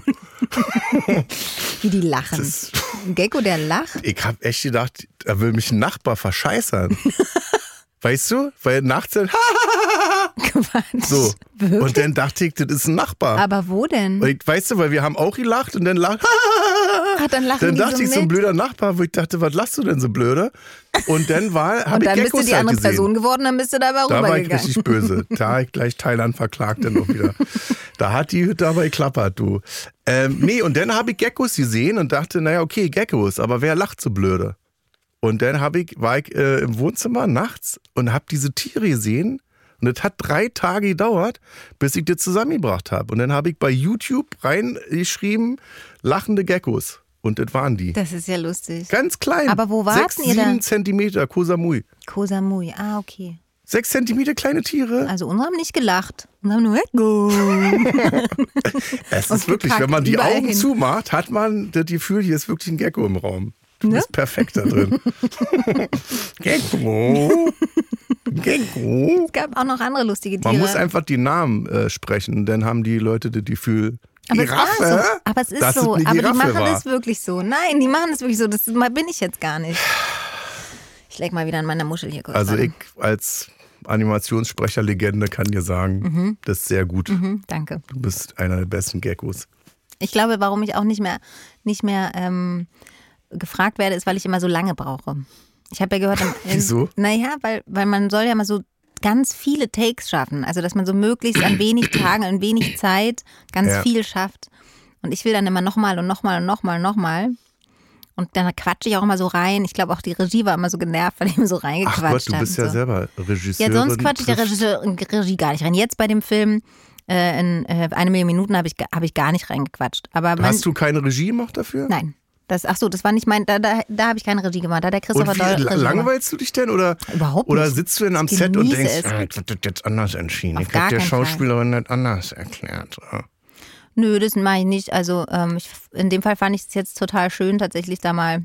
Wie die lachen. Ein Gecko, der lacht. Ich habe echt gedacht, da will mich ein Nachbar verscheißern. Weißt du? Weil nachts dann Quatsch. so. Wirklich? Und dann dachte ich, das ist ein Nachbar. Aber wo denn? Und weißt du, weil wir haben auch gelacht und dann lacht. Dann lachen Dann die dachte ich, so ein blöder Nachbar, wo ich dachte, was lachst du denn so blöde? Und dann habe ich dann bist Geckos du die halt andere gesehen. Person geworden, dann bist du da aber Da war ich rübergegangen. richtig böse. Da habe ich gleich Thailand verklagt dann auch wieder. Da hat die Hütte aber geklappert, du. Nee, und dann habe ich Geckos gesehen und dachte, naja, okay, Geckos, aber wer lacht so blöde? Und dann war ich im Wohnzimmer nachts und habe diese Tiere gesehen. Und es hat 3 Tage gedauert, bis ich das zusammengebracht habe. Und dann habe ich bei YouTube reingeschrieben, lachende Geckos. Und das waren die. Das ist ja lustig. Ganz klein. Aber wo warten 6, ihr da? 7 Zentimeter, Koh Samui. Koh Samui, okay. 6 Zentimeter kleine Tiere. Also unsere haben nicht gelacht. Unsere haben nur Gecko. Es Und ist wirklich, gepackt wenn man die überall Augen hin. zumacht, hat man das Gefühl, hier ist wirklich ein Gecko im Raum. Du Ne? bist perfekt da drin. Gecko. Gecko. Es gab auch noch andere lustige Tiere. Man muss einfach die Namen sprechen, dann haben die Leute das Gefühl, aber Giraffe? es war so. Aber es ist dass so. es eine Aber die Giraffe machen war. das wirklich so. Nein, die machen das wirklich so. Das bin ich jetzt gar nicht. Ich leg mal wieder an meiner Muschel hier kurz. Also an. ich als Animationssprecher-Legende kann dir sagen, das ist sehr gut. Danke. Du bist einer der besten Geckos. Ich glaube, warum ich auch nicht mehr gefragt werde, ist, weil ich immer so lange brauche. Ich habe ja gehört... Wieso? Naja, weil man soll ja mal so ganz viele Takes schaffen. Also, dass man so möglichst an wenig Tagen, in wenig Zeit ganz viel schafft. Und ich will dann immer nochmal und nochmal und nochmal und nochmal. Und dann quatsche ich auch immer so rein. Ich glaube, auch die Regie war immer so genervt, weil ich immer so reingequatscht habe. Ach Gott, du bist ja selber Regisseurin. Ja, sonst quatsche ich der Regie gar nicht rein. Jetzt bei dem Film in 1 Million Minuten habe ich gar nicht reingequatscht. Aber hast du keine Regie gemacht dafür? Nein. Das war nicht mein, da habe ich keine Regie gemacht. Da hat der Christopher Und wie Regie langweilst du dich denn? Oder, Überhaupt nicht. Oder sitzt du denn am Set und denkst, es. ich wird das jetzt anders entschieden. Auf Ich habe der gar keinen Schauspielerin nicht anders erklärt. Nö, das mache ich nicht. Also in dem Fall fand ich es jetzt total schön, tatsächlich da mal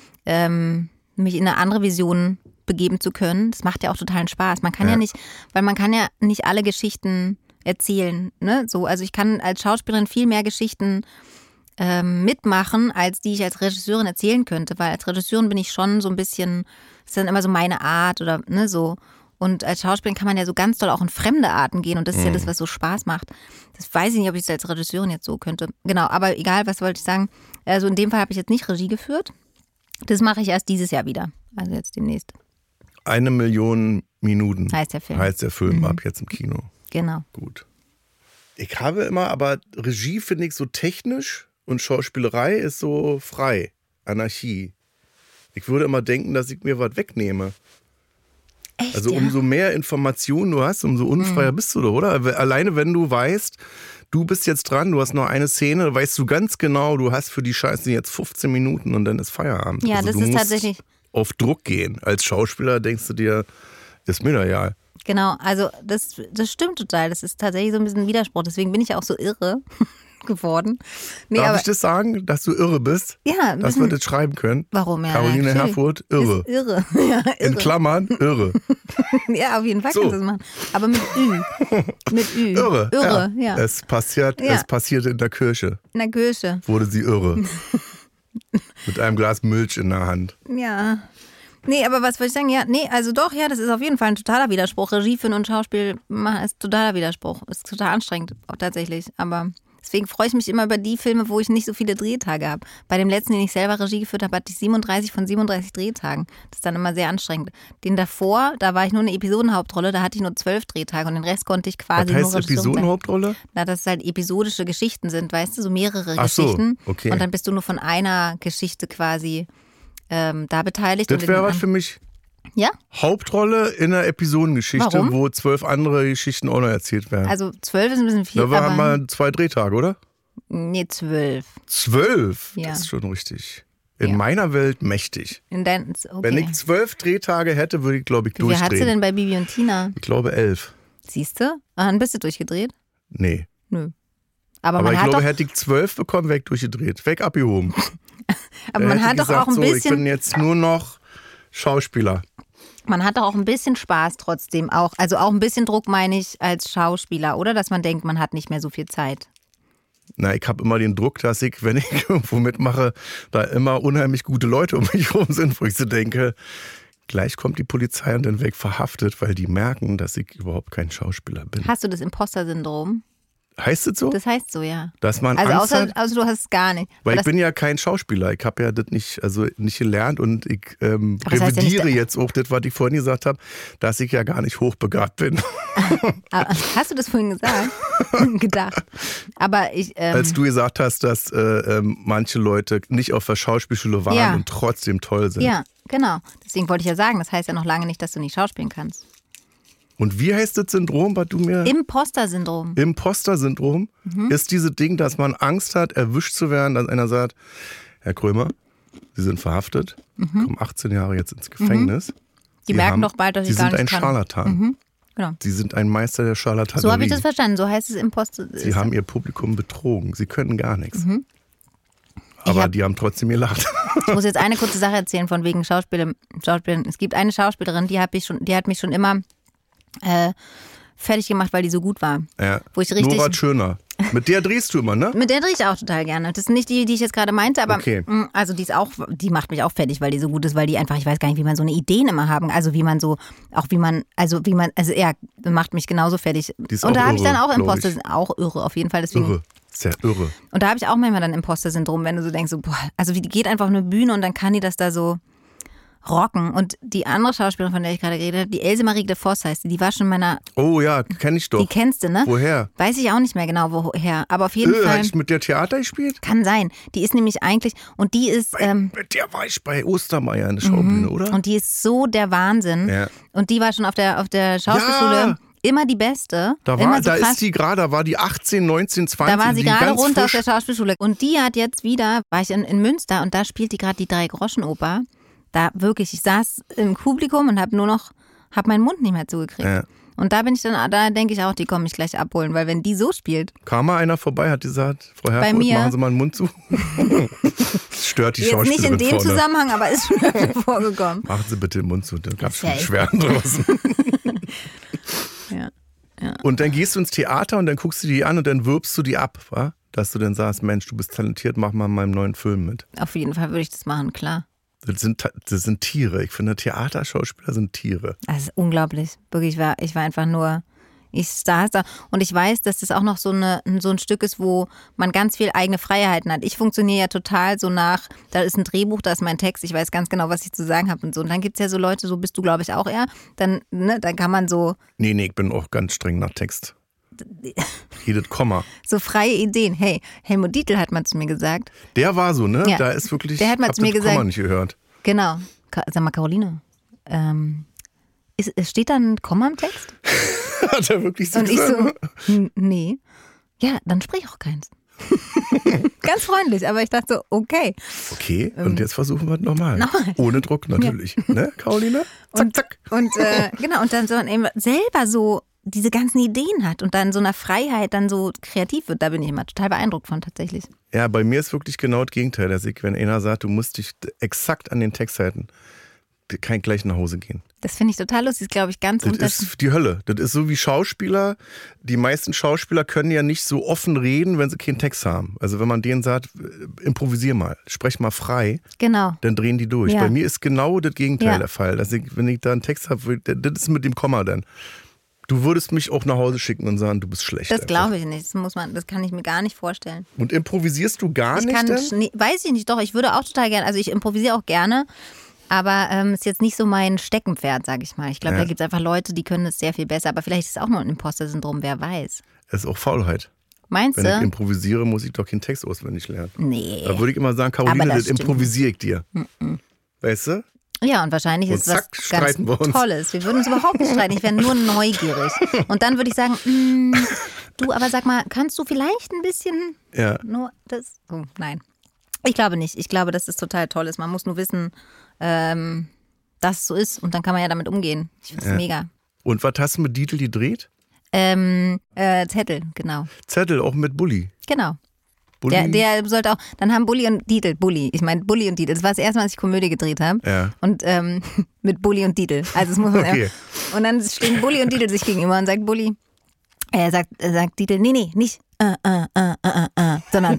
mich in eine andere Vision begeben zu können. Das macht ja auch totalen Spaß. Man kann ja nicht, weil man kann ja nicht alle Geschichten erzählen. Ne? So, also ich kann als Schauspielerin viel mehr Geschichten mitmachen, als die ich als Regisseurin erzählen könnte. Weil als Regisseurin bin ich schon so ein bisschen, das ist dann immer so meine Art oder ne, so. Und als Schauspielerin kann man ja so ganz doll auch in fremde Arten gehen und das ist ja das, was so Spaß macht. Das weiß ich nicht, ob ich es als Regisseurin jetzt so könnte. Genau, aber egal, was wollte ich sagen. Also in dem Fall habe ich jetzt nicht Regie geführt. Das mache ich erst dieses Jahr wieder. Also jetzt demnächst. 1 Million Minuten heißt der Film. Ab jetzt im Kino. Genau. Gut. Ich habe immer, aber Regie finde ich so technisch und Schauspielerei ist so frei. Anarchie. Ich würde immer denken, dass ich mir was wegnehme. Echt, Also ja? umso mehr Informationen du hast, umso unfreier bist du doch, oder? Alleine wenn du weißt, du bist jetzt dran, du hast noch eine Szene, weißt du ganz genau, du hast für die Scheiße jetzt 15 Minuten und dann ist Feierabend. Ja, also das du ist musst tatsächlich... auf Druck gehen. Als Schauspieler denkst du dir, ist mir da ja. Genau, also das stimmt total. Das ist tatsächlich so ein bisschen ein Widerspruch. Deswegen bin ich auch so irre geworden. Nee, Darf aber, ich das sagen, dass du irre bist? Ja. Dass wir das schreiben können? Warum? Ja, Caroline natürlich. Herfurth, irre. Ist irre. Ja, irre. In Klammern, irre. Ja, auf jeden Fall So. kannst du das machen. Aber mit Ü. Mit Ü. Irre. Irre, ja. Es passierte in der Kirche. In der Kirche. Wurde sie irre. Mit einem Glas Milch in der Hand. Ja. Nee, aber was wollte ich sagen? Ja, nee, also doch, ja, das ist auf jeden Fall ein totaler Widerspruch. Regie führen und Schauspiel machen ist totaler Widerspruch. Ist total anstrengend, auch tatsächlich. Aber deswegen freue ich mich immer über die Filme, wo ich nicht so viele Drehtage habe. Bei dem letzten, den ich selber Regie geführt habe, hatte ich 37 von 37 Drehtagen. Das ist dann immer sehr anstrengend. Den davor, da war ich nur eine Episodenhauptrolle, da hatte ich nur 12 Drehtage und den Rest konnte ich quasi Was nur heißt Regisseurin sein. Episodenhauptrolle? Na, dass es halt episodische Geschichten sind, weißt du, so mehrere Ach so, Geschichten. okay. Und dann bist du nur von einer Geschichte quasi da beteiligt. Das wäre was für mich. Ja? Hauptrolle in einer Episodengeschichte, Warum? wo 12 andere Geschichten auch noch erzählt werden. Also 12 ist ein bisschen viel, Da haben aber... wir 2 Drehtage, oder? Nee, 12. 12? Ja. Das ist schon richtig. In Ja. meiner Welt mächtig. Okay. Wenn ich 12 Drehtage hätte, würde ich, glaube ich, Wie viel durchdrehen. hast du denn bei Bibi und Tina? Ich glaube 11. Siehst du? Dann bist du durchgedreht? Nee. Nö. Aber Aber man ich hat glaube, doch, hätte ich 12 bekommen, wäre ich durchgedreht. Weg abgehoben. aber man Hätte hat doch gesagt, auch ein so, ich bisschen, bin jetzt nur noch Schauspieler. man hat doch auch ein bisschen Spaß trotzdem auch. Also auch ein bisschen Druck meine ich als Schauspieler, oder? Dass man denkt, man hat nicht mehr so viel Zeit. Na, ich habe immer den Druck, dass ich, wenn ich irgendwo mitmache, da immer unheimlich gute Leute um mich herum sind, wo ich so denke, gleich kommt die Polizei und dann weg verhaftet, weil die merken, dass ich überhaupt kein Schauspieler bin. Hast du das Imposter-Syndrom? Heißt es so? Das heißt so, ja. Dass man Also Angst hat? außer du hast es gar nicht. Weil Aber ich bin ja kein Schauspieler. Ich habe ja das nicht gelernt und ich das heißt ja revidiere nicht- jetzt auch das, was ich vorhin gesagt habe, dass ich ja gar nicht hochbegabt bin. Aber hast du das vorhin gesagt? Gedacht. Aber ich. Als du gesagt hast, dass manche Leute nicht auf der Schauspielschule waren Ja. und trotzdem toll sind. Ja, genau. Deswegen wollte ich ja sagen, das heißt ja noch lange nicht, dass du nicht schauspielen kannst. Und wie heißt das Syndrom, was du mir... Imposter-Syndrom. Imposter-Syndrom ist dieses Ding, dass man Angst hat, erwischt zu werden, dass einer sagt, Herr Krömer, Sie sind verhaftet, kommen 18 Jahre jetzt ins Gefängnis. Die merken doch bald, dass Sie ich gar sind ein nichts kann. Scharlatan. Genau. Sie sind ein Meister der Scharlatanerie. So habe ich das verstanden. So heißt es Imposter. Sie haben ihr Publikum betrogen. Sie können gar nichts. Aber die haben trotzdem gelacht. Ich muss jetzt eine kurze Sache erzähhlen von wegen Schauspielern. Es gibt eine Schauspielerin, die hat mich schon immer fertig gemacht, weil die so gut war. Ja. Wo ich richtig, Nora Tschirner. Mit der drehst du immer, ne? Mit der drehe ich auch total gerne. Das ist nicht die ich jetzt gerade meinte, aber Okay. Also die macht mich auch fertig, weil die so gut ist, weil die einfach, ich weiß gar nicht, wie man so eine Ideen immer haben. Also er macht mich genauso fertig. Die ist und auch da habe ich dann auch irre, Imposter, auch irre auf jeden Fall. Deswegen. Irre. Sehr irre. Und da habe ich auch manchmal dann Imposter-Syndrom, wenn du so denkst, so, boah, also die geht einfach auf eine Bühne und dann kann die das da so rocken. Und die andere Schauspielerin, von der ich gerade geredet habe, die Else Marie de Vos heißt die war schon in meiner... Oh ja, kenn ich doch. Die kennst du, ne? Woher? Weiß ich auch nicht mehr genau, woher. Aber auf jeden Fall... Hast du mit der Theater gespielt? Kann sein. Die ist nämlich eigentlich... Und die ist... Mit der war ich bei Ostermeier in der Schaubühne, oder? Und die ist so der Wahnsinn. Ja. Und die war schon auf der Schauspielschule... Ja. Immer die Beste. Da ist die gerade, da war die 18, 19, 20. Da war sie gerade runter frisch. aus der Schauspielschule. Und die hat jetzt wieder, war ich in Münster und da spielt die gerade die Drei-Groschen-Oper. Da wirklich, ich saß im Publikum und habe meinen Mund nicht mehr zugekriegt. Ja. Und da denke ich auch, die kommen mich gleich abholen, weil wenn die so spielt. Kam mal einer vorbei, hat gesagt, Frau Herfurth, machen Sie mal den Mund zu. Das stört die jetzt Schauspielerin nicht in dem vorne. Zusammenhang, aber ist schon öfter vorgekommen. Machen Sie bitte den Mund zu, da gab es schon echt Beschwerden draußen. Ja. Und dann gehst du ins Theater und dann guckst du die an und dann wirbst du die ab, wa? Dass du dann sagst, Mensch, du bist talentiert, mach mal in meinem neuen Film mit. Auf jeden Fall würde ich das machen, klar. Das sind Tiere. Ich finde, Theaterschauspieler sind Tiere. Das ist unglaublich. Wirklich, ich war einfach nur... Ich saß da und ich weiß, dass das auch noch so ein Stück ist, wo man ganz viel eigene Freiheiten hat. Ich funktioniere ja total so nach, da ist ein Drehbuch, da ist mein Text, ich weiß ganz genau, was ich zu sagen habe und so. Und dann gibt es ja so Leute, so bist du, glaube ich, auch eher. Dann kann man so... Nee, ich bin auch ganz streng nach Text. Jedes Komma. So freie Ideen. Hey, Helmut Dietl hat mal zu mir gesagt. Der war so, ne? Ja. Da ist wirklich, der hat mal zu mir gesagt, Komma nicht gehört. Genau. Sag mal, Caroline, steht da ein Komma im Text? Hat er wirklich so und gesagt? Ich so, nee. Ja, dann sprich auch keins. Ganz freundlich, aber ich dachte so, okay. Okay, und jetzt versuchen wir es nochmal. Ohne Druck natürlich. Ja. Ne, Caroline? Zack, zack. Und genau, und dann so eben selber so diese ganzen Ideen hat und dann so einer Freiheit dann so kreativ wird, da bin ich immer total beeindruckt von tatsächlich. Ja, bei mir ist wirklich genau das Gegenteil. Dass wenn einer sagt, du musst dich exakt an den Text halten, kann ich gleich nach Hause gehen. Das finde ich total lustig, glaube ich, ganz unterschiedlich. Das ist die Hölle. Das ist so wie Schauspieler. Die meisten Schauspieler können ja nicht so offen reden, wenn sie keinen Text haben. Also wenn man denen sagt, improvisier mal, sprech mal frei, genau. Dann drehen die durch. Ja. Bei mir ist genau das Gegenteil der Fall. Dass wenn ich da einen Text habe, das ist mit dem Komma dann. Du würdest mich auch nach Hause schicken und sagen, du bist schlecht. Das glaube ich nicht. Das kann ich mir gar nicht vorstellen. Und improvisierst du gar nicht? Weiß ich nicht, doch. Ich würde auch total gerne, also ich improvisiere auch gerne. Aber ist jetzt nicht so mein Steckenpferd, sage ich mal. Ich glaube, da gibt es einfach Leute, die können es sehr viel besser. Aber vielleicht ist es auch nur ein Imposter-Syndrom, wer weiß. Es ist auch Faulheit. Meinst du? Wenn ich improvisiere, muss ich doch keinen Text auswendig lernen. Nee. Da würde ich immer sagen, Caroline, das improvisiere ich dir. Weißt du? Ja, und wahrscheinlich ist es was ganz Tolles. Wir würden uns überhaupt nicht streiten. Ich wäre nur neugierig. Und dann würde ich sagen, du, aber sag mal, kannst du vielleicht ein bisschen nur das? Oh, nein. Ich glaube nicht. Ich glaube, dass es total toll ist. Man muss nur wissen, dass es so ist. Und dann kann man ja damit umgehen. Ich finde es mega. Und was hast du mit Dietl gedreht? Zettel, genau. Zettel, auch mit Bulli? Genau. Der sollte auch, dann haben Bulli und Dietl, ich meine Bulli und Dietl. Das war das erste Mal, als ich Komödie gedreht habe. Ja. Und mit Bulli und Dietl. Also es muss man okay. Und dann stehen Bulli und Dietl sich gegenüber und sagt Bulli, sagt Dietl, nee, nicht sondern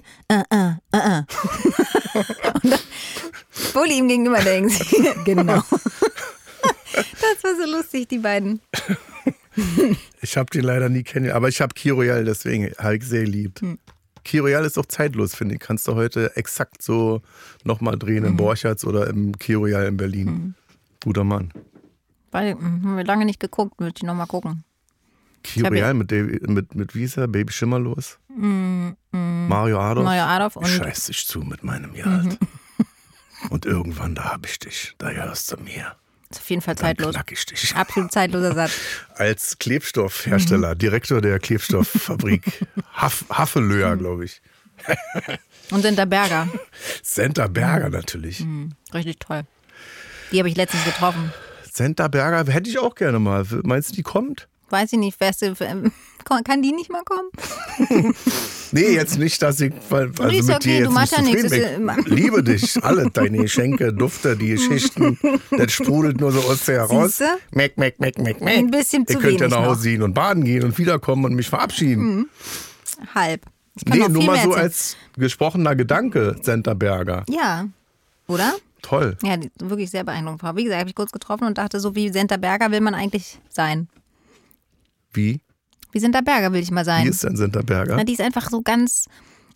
Und dann Bulli ihm gegenüber denkt, genau. Das war so lustig, die beiden. Ich habe die leider nie kennengelernt, aber ich habe Key Royale, deswegen habe ich sehr geliebt. Key Royale ist auch zeitlos, finde ich. Kannst du heute exakt so nochmal drehen im Borchertz oder im Key Royale in Berlin. Guter Mann. Haben wir lange nicht geguckt, würde ich nochmal gucken. Key Royale mit wie hieß er? Baby Schimmerlos? Mario Adolf. Und scheiß dich zu mit meinem Gehalt. Und irgendwann, da hab ich dich. Da hörst du mir. Ist auf jeden Fall zeitlos. Knack ich dich. Absolut zeitloser Satz. Als Klebstoffhersteller, Direktor der Klebstofffabrik Haffelöhr, glaube ich. Und Senta Berger. Senta Berger natürlich. Richtig toll. Die habe ich letztens getroffen. Senta Berger hätte ich auch gerne mal. Meinst du, die kommt? weiß ich nicht, kann die nicht mal kommen? Nee, jetzt nicht, dass ich also ist mit okay, dir du jetzt machst nicht ja zufrieden nichts. bin. Ich liebe dich, alle deine Geschenke, Dufte, die Geschichten, das sprudelt nur so aus dir heraus. Siehste? Meck, meck, meck, meck, meck. Ein bisschen zu Ihr könnt ja wenig nach Hause noch. gehen und baden gehen und wiederkommen und mich verabschieden. Halb. Ich kann Nee, noch nur viel mal mehr so erzählen. als gesprochener Gedanke, Senterberger. Ja, oder? Toll. Ja, die wirklich sehr beeindruckend Frau. Wie gesagt, habe ich kurz getroffen und dachte, so wie Senta Berger will man eigentlich sein. Wie? Wie Senta Berger will ich mal sein. Wie ist denn Senterberger? Na, die ist einfach so ganz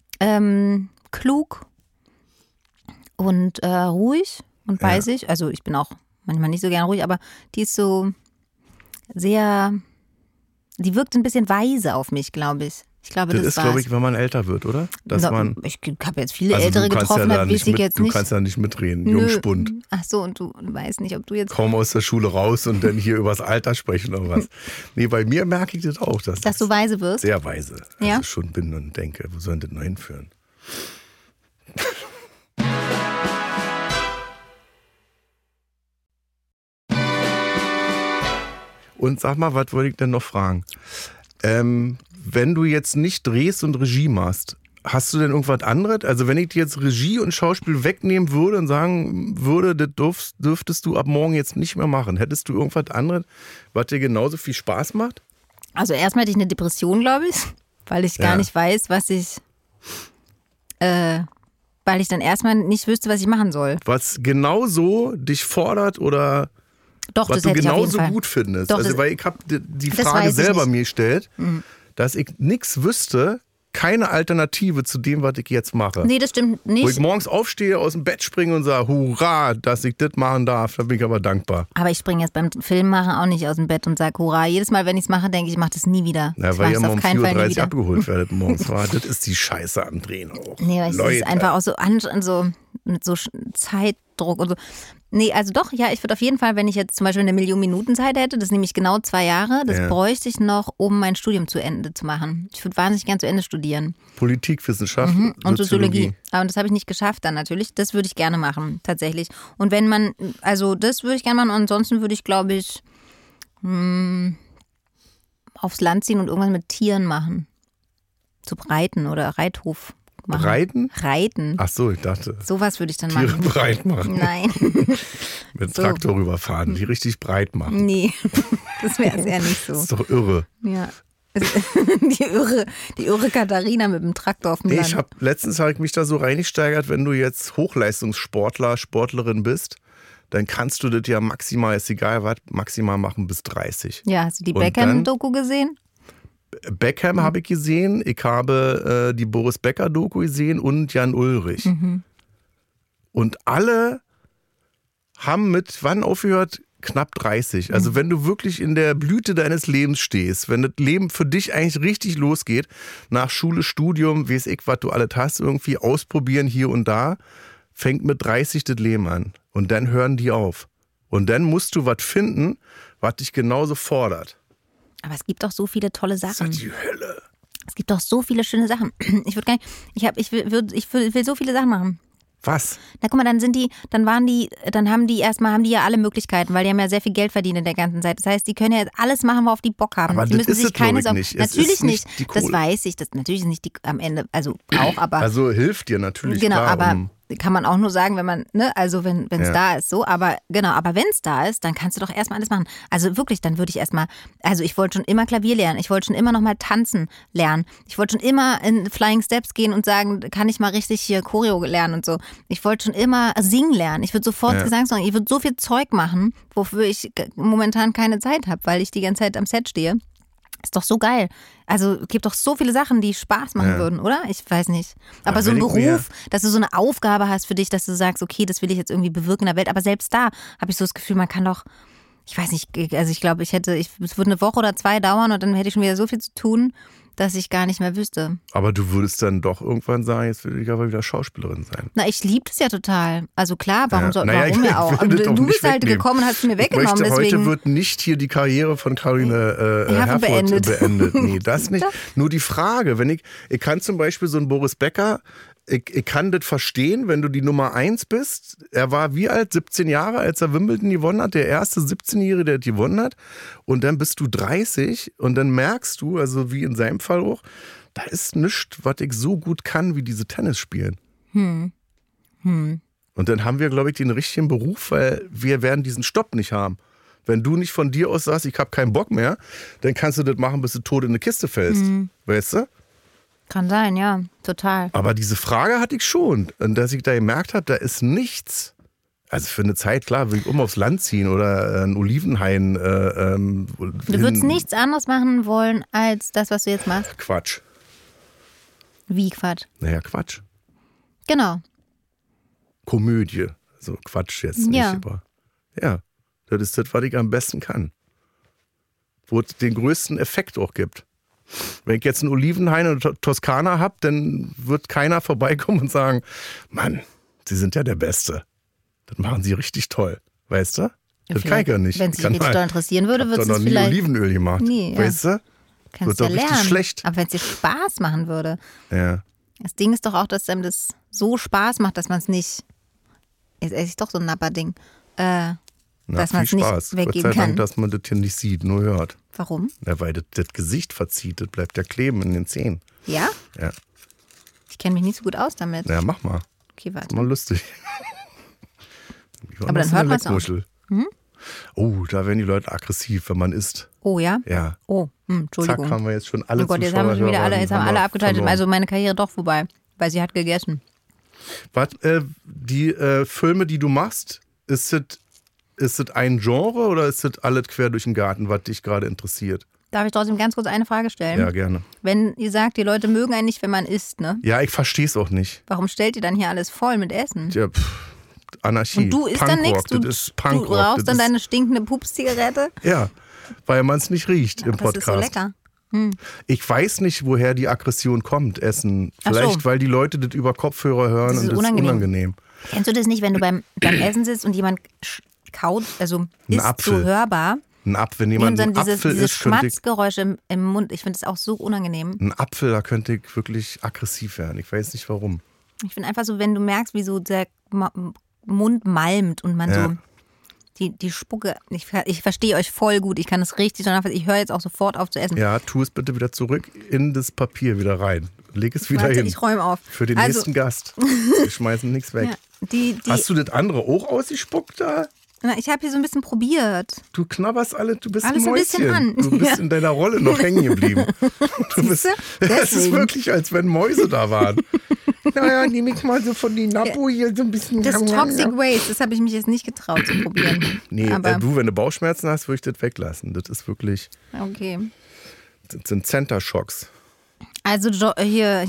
klug und ruhig und bei sich. Also ich bin auch manchmal nicht so gern ruhig, aber die ist so sehr, die wirkt ein bisschen weise auf mich, glaube ich. Ich glaube, Das das ist, war's. glaube ich, wenn man älter wird, oder? Dass man, ich habe jetzt viele also Ältere du kannst getroffen, ja da da weiß nicht ich jetzt du nicht. kannst ja nicht mitreden, Nö. Jungspund. Ach so, und du weißt nicht, ob du jetzt, Kaum aus der Schule raus und dann hier übers Alter sprechen oder was. Nee, bei mir merke ich das auch, dass dass du weise wirst. sehr weise Ja? also schon bin und denke, wo soll das noch hinführen? Und sag mal, was wollte ich denn noch fragen? Wenn du jetzt nicht drehst und Regie machst, hast du denn irgendwas anderes? Also wenn ich dir jetzt Regie und Schauspiel wegnehmen würde und sagen würde, das dürftest du ab morgen jetzt nicht mehr machen, hättest du irgendwas anderes, was dir genauso viel Spaß macht? Also erstmal hatte ich eine Depression, glaube ich, weil ich gar nicht weiß, weil ich dann erstmal nicht wüsste, was ich machen soll. Was genauso dich fordert oder Doch, was das du hätte ich auf jeden genauso Fall. gut findest? Doch, Also das- weil ich habe die das Frage weiß ich selber nicht. mir gestellt, dass ich nichts wüsste, keine Alternative zu dem, was ich jetzt mache. Nee, das stimmt Wo ich nicht. morgens aufstehe, aus dem Bett springe und sage, hurra, dass ich das machen darf, da bin ich aber dankbar. Aber ich springe jetzt beim Filmmachen auch nicht aus dem Bett und sage, hurra. Jedes Mal, wenn ich es mache, denke ich, ich mache das nie wieder. Ja, Ich weil mache ihr es immer auf um keinen Fall nie 4.30 Uhr wieder. abgeholt werdet morgens. Das ist die Scheiße am Drehen auch. Nee, weil es Leute. ist einfach auch so so mit so Zeitdruck und so. Nee, also doch, ja, ich würde auf jeden Fall, wenn ich jetzt zum Beispiel 1 Million Minuten Zeit hätte, das ist nämlich genau 2 Jahre, das Ja. bräuchte ich noch, um mein Studium zu Ende zu machen. Ich würde wahnsinnig gern zu Ende studieren. Politikwissenschaft, Und Soziologie. Aber das habe ich nicht geschafft dann natürlich. Das würde ich gerne machen, tatsächlich. Und wenn man, also das würde ich gerne machen. Und ansonsten würde ich, glaube ich, aufs Land ziehen und irgendwas mit Tieren machen. Zu reiten oder Reithof machen. Reiten? Reiten. Ach so, ich dachte, Sowas würde ich dann Tiere machen. breit machen. Nein, Mit So. Traktor rüberfahren, die richtig breit machen. nee, das wäre es ja nicht so. Das ist doch irre. Ja. Die irre Katharina mit dem Traktor auf dem Nee, Land. letztens habe ich mich da so reingesteigert, wenn du jetzt Hochleistungssportler, Sportlerin bist, dann kannst du das ja maximal, ist egal was, maximal machen bis 30. Ja, hast du die Und dann- Beckham-Doku gesehen? Beckham habe ich gesehen, ich habe die Boris Becker-Doku gesehen und Jan Ulrich. Und alle haben mit wann aufgehört? Knapp 30. Also wenn du wirklich in der Blüte deines Lebens stehst, wenn das Leben für dich eigentlich richtig losgeht, nach Schule, Studium, weiß ich, was du alles hast, irgendwie ausprobieren hier und da, fängt mit 30 das Leben an. Und dann hören die auf. Und dann musst du was finden, was dich genauso fordert. Aber es gibt doch so viele tolle Das ist Sachen. die Hölle. Es gibt doch so viele schöne Sachen. Ich würde gar nicht, ich will so viele Sachen machen. Was? Na guck mal, haben die ja alle Möglichkeiten, weil die haben ja sehr viel Geld verdient in der ganzen Zeit. Das heißt, die können ja jetzt alles machen, worauf die Bock haben. Aber die das müssen ist sich es, glaub keine ich, Sorgen. nicht. Es Natürlich ist nicht nicht. die Das Kohle. weiß ich. Das natürlich ist nicht die am Ende, also auch, aber Also hilft dir natürlich, genau, klar. aber kann man auch nur sagen, wenn man, ne, also wenn es Ja. da ist, so, aber genau, aber wenn es da ist, dann kannst du doch erstmal alles machen. Also wirklich, dann würde ich erstmal, also ich wollte schon immer Klavier lernen, ich wollte schon immer nochmal tanzen lernen, ich wollte schon immer in Flying Steps gehen und sagen, kann ich mal richtig hier Choreo lernen und so. Ich wollte schon immer singen lernen, ich würde sofort Gesangssong, ich würde so viel Zeug machen, wofür ich momentan keine Zeit habe, weil ich die ganze Zeit am Set stehe. Ist doch so geil. Also es gibt doch so viele Sachen, die Spaß machen würden, oder? Ich weiß nicht. Aber Ach, so ein wenn ich mir- Beruf, dass du so eine Aufgabe hast für dich, dass du sagst, okay, das will ich jetzt irgendwie bewirken in der Welt. Aber selbst da habe ich so das Gefühl, man kann doch, ich weiß nicht, also ich glaube, es würde 1 Woche oder 2 dauern und dann hätte ich schon wieder so viel zu tun, dass ich gar nicht mehr wüsste. Aber du würdest dann doch irgendwann sagen, jetzt will ich aber wieder Schauspielerin sein. Na, ich liebe das ja total. Also klar, warum Ja. soll, Naja, warum ich ja auch? will Aber das doch du nicht bist halt wegnehmen. gekommen und hast es mir Ich weggenommen, möchte, heute deswegen. wird nicht hier die Karriere von Caroline Herfurth Herfurth beendet. beendet. Nee, das nicht. Nur die Frage, wenn ich kann zum Beispiel so einen Boris Becker Ich kann das verstehen, wenn du die Nummer 1 bist. Er war wie alt? 17 Jahre, als er Wimbledon gewonnen hat. Der erste 17-Jährige, der gewonnen hat. Und dann bist du 30 und dann merkst du, also wie in seinem Fall auch, da ist nichts, was ich so gut kann, wie diese Tennis spielen. Und dann haben wir, glaube ich, den richtigen Beruf, weil wir werden diesen Stopp nicht haben. Wenn du nicht von dir aus sagst, ich habe keinen Bock mehr, dann kannst du das machen, bis du tot in eine Kiste fällst. Weißt du? Kann sein, ja, total. Aber diese Frage hatte ich schon. Und dass ich da gemerkt habe, da ist nichts. Also für eine Zeit, klar, will ich aufs Land ziehen oder ein Olivenhain. Du würdest nichts anderes machen wollen, als das, was du jetzt machst? Quatsch. Wie Quatsch? Naja, Quatsch. Genau. Komödie. So Quatsch jetzt nicht. Ja. Aber ja, das ist das, was ich am besten kann. Wo es den größten Effekt auch gibt. Wenn ich jetzt einen Olivenhain oder Toskana habe, dann wird keiner vorbeikommen und sagen, Mann, Sie sind ja der Beste. Das machen Sie richtig toll. Weißt du? Das kann ich ja nicht. Wenn es dich richtig doll interessieren würde, würdest du es noch vielleicht... nie Olivenöl gemacht. Nee, ja. Weißt du? Kannst Wird ja doch richtig lernen. schlecht. Aber wenn es dir Spaß machen würde. Ja. Das Ding ist doch auch, dass einem das so Spaß macht, dass man es nicht... Jetzt esse ich doch so ein Napperding. Dass man es nicht Gott sei weggeben Dank, kann. dass man das hier nicht sieht, nur hört. Warum? Ja, weil das Gesicht verzieht, das bleibt ja kleben in den Zähnen. Ja? Ja. Ich kenne mich nicht so gut aus damit. Ja, mach mal. Okay, warte. Mal lustig. Aber dann hört man es auch. Oh, da werden die Leute aggressiv, wenn man isst. Oh ja? Ja. Oh, Entschuldigung. Zack, haben wir jetzt schon alle Oh Gott, jetzt haben schon wieder alle, jetzt haben alle abgeschaltet. verloren. Also meine Karriere doch vorbei, weil sie hat gegessen. Was, die Filme, die du machst, ist das ein Genre oder ist das alles quer durch den Garten, was dich gerade interessiert? Darf ich trotzdem ganz kurz eine Frage stellen? Ja, gerne. Wenn ihr sagt, die Leute mögen einen nicht, wenn man isst, ne? Ja, ich verstehe es auch nicht. Warum stellt ihr dann hier alles voll mit Essen? Ja, Anarchie. Und du isst dann nichts? Das ist Punkrock. Du rauchst das dann ist, deine stinkende Pups-Zigarette? Ja, weil man es nicht riecht im Das Podcast. ist so lecker. Ich weiß nicht, woher die Aggression kommt, Essen. Ach so. Vielleicht, weil die Leute das über Kopfhörer hören Das ist und das ist unangenehm. Kennst du das nicht, wenn du beim Essen sitzt und jemand kaut, also isst Apfel. so hörbar? Wenn jemand Und dann einen Apfel diese isst, könnte ich, Schmatzgeräusche im Mund, ich finde das auch so unangenehm. ein Apfel, da könnte ich wirklich aggressiv werden. Ich weiß nicht warum. Ich finde einfach so, wenn du merkst, wie so der Mund malmt und man so die Spucke, ich verstehe euch voll gut, ich kann das richtig, ich höre jetzt auch sofort auf zu essen. Ja, tu es bitte wieder zurück in das Papier wieder rein. Leg es wieder Warte, hin. ich räume auf. Für den nächsten Gast. Wir schmeißen nichts weg. Ja, Hast du das andere auch ausgespuckt da? Na, ich habe hier so ein bisschen probiert. Du knabberst du bist Alles ein ein bisschen Mäuschen. an. Du bist in deiner Rolle noch hängen geblieben. Es ist Deswegen. wirklich, als wenn Mäuse da waren. Naja, nehme ich mal so von die Napo hier so ein bisschen. Das Toxic Waste, das habe ich mich jetzt nicht getraut zu probieren. Nee, aber du, wenn du Bauchschmerzen hast, würde ich das weglassen. Das ist wirklich, okay. das sind Center-Shocks. Also hier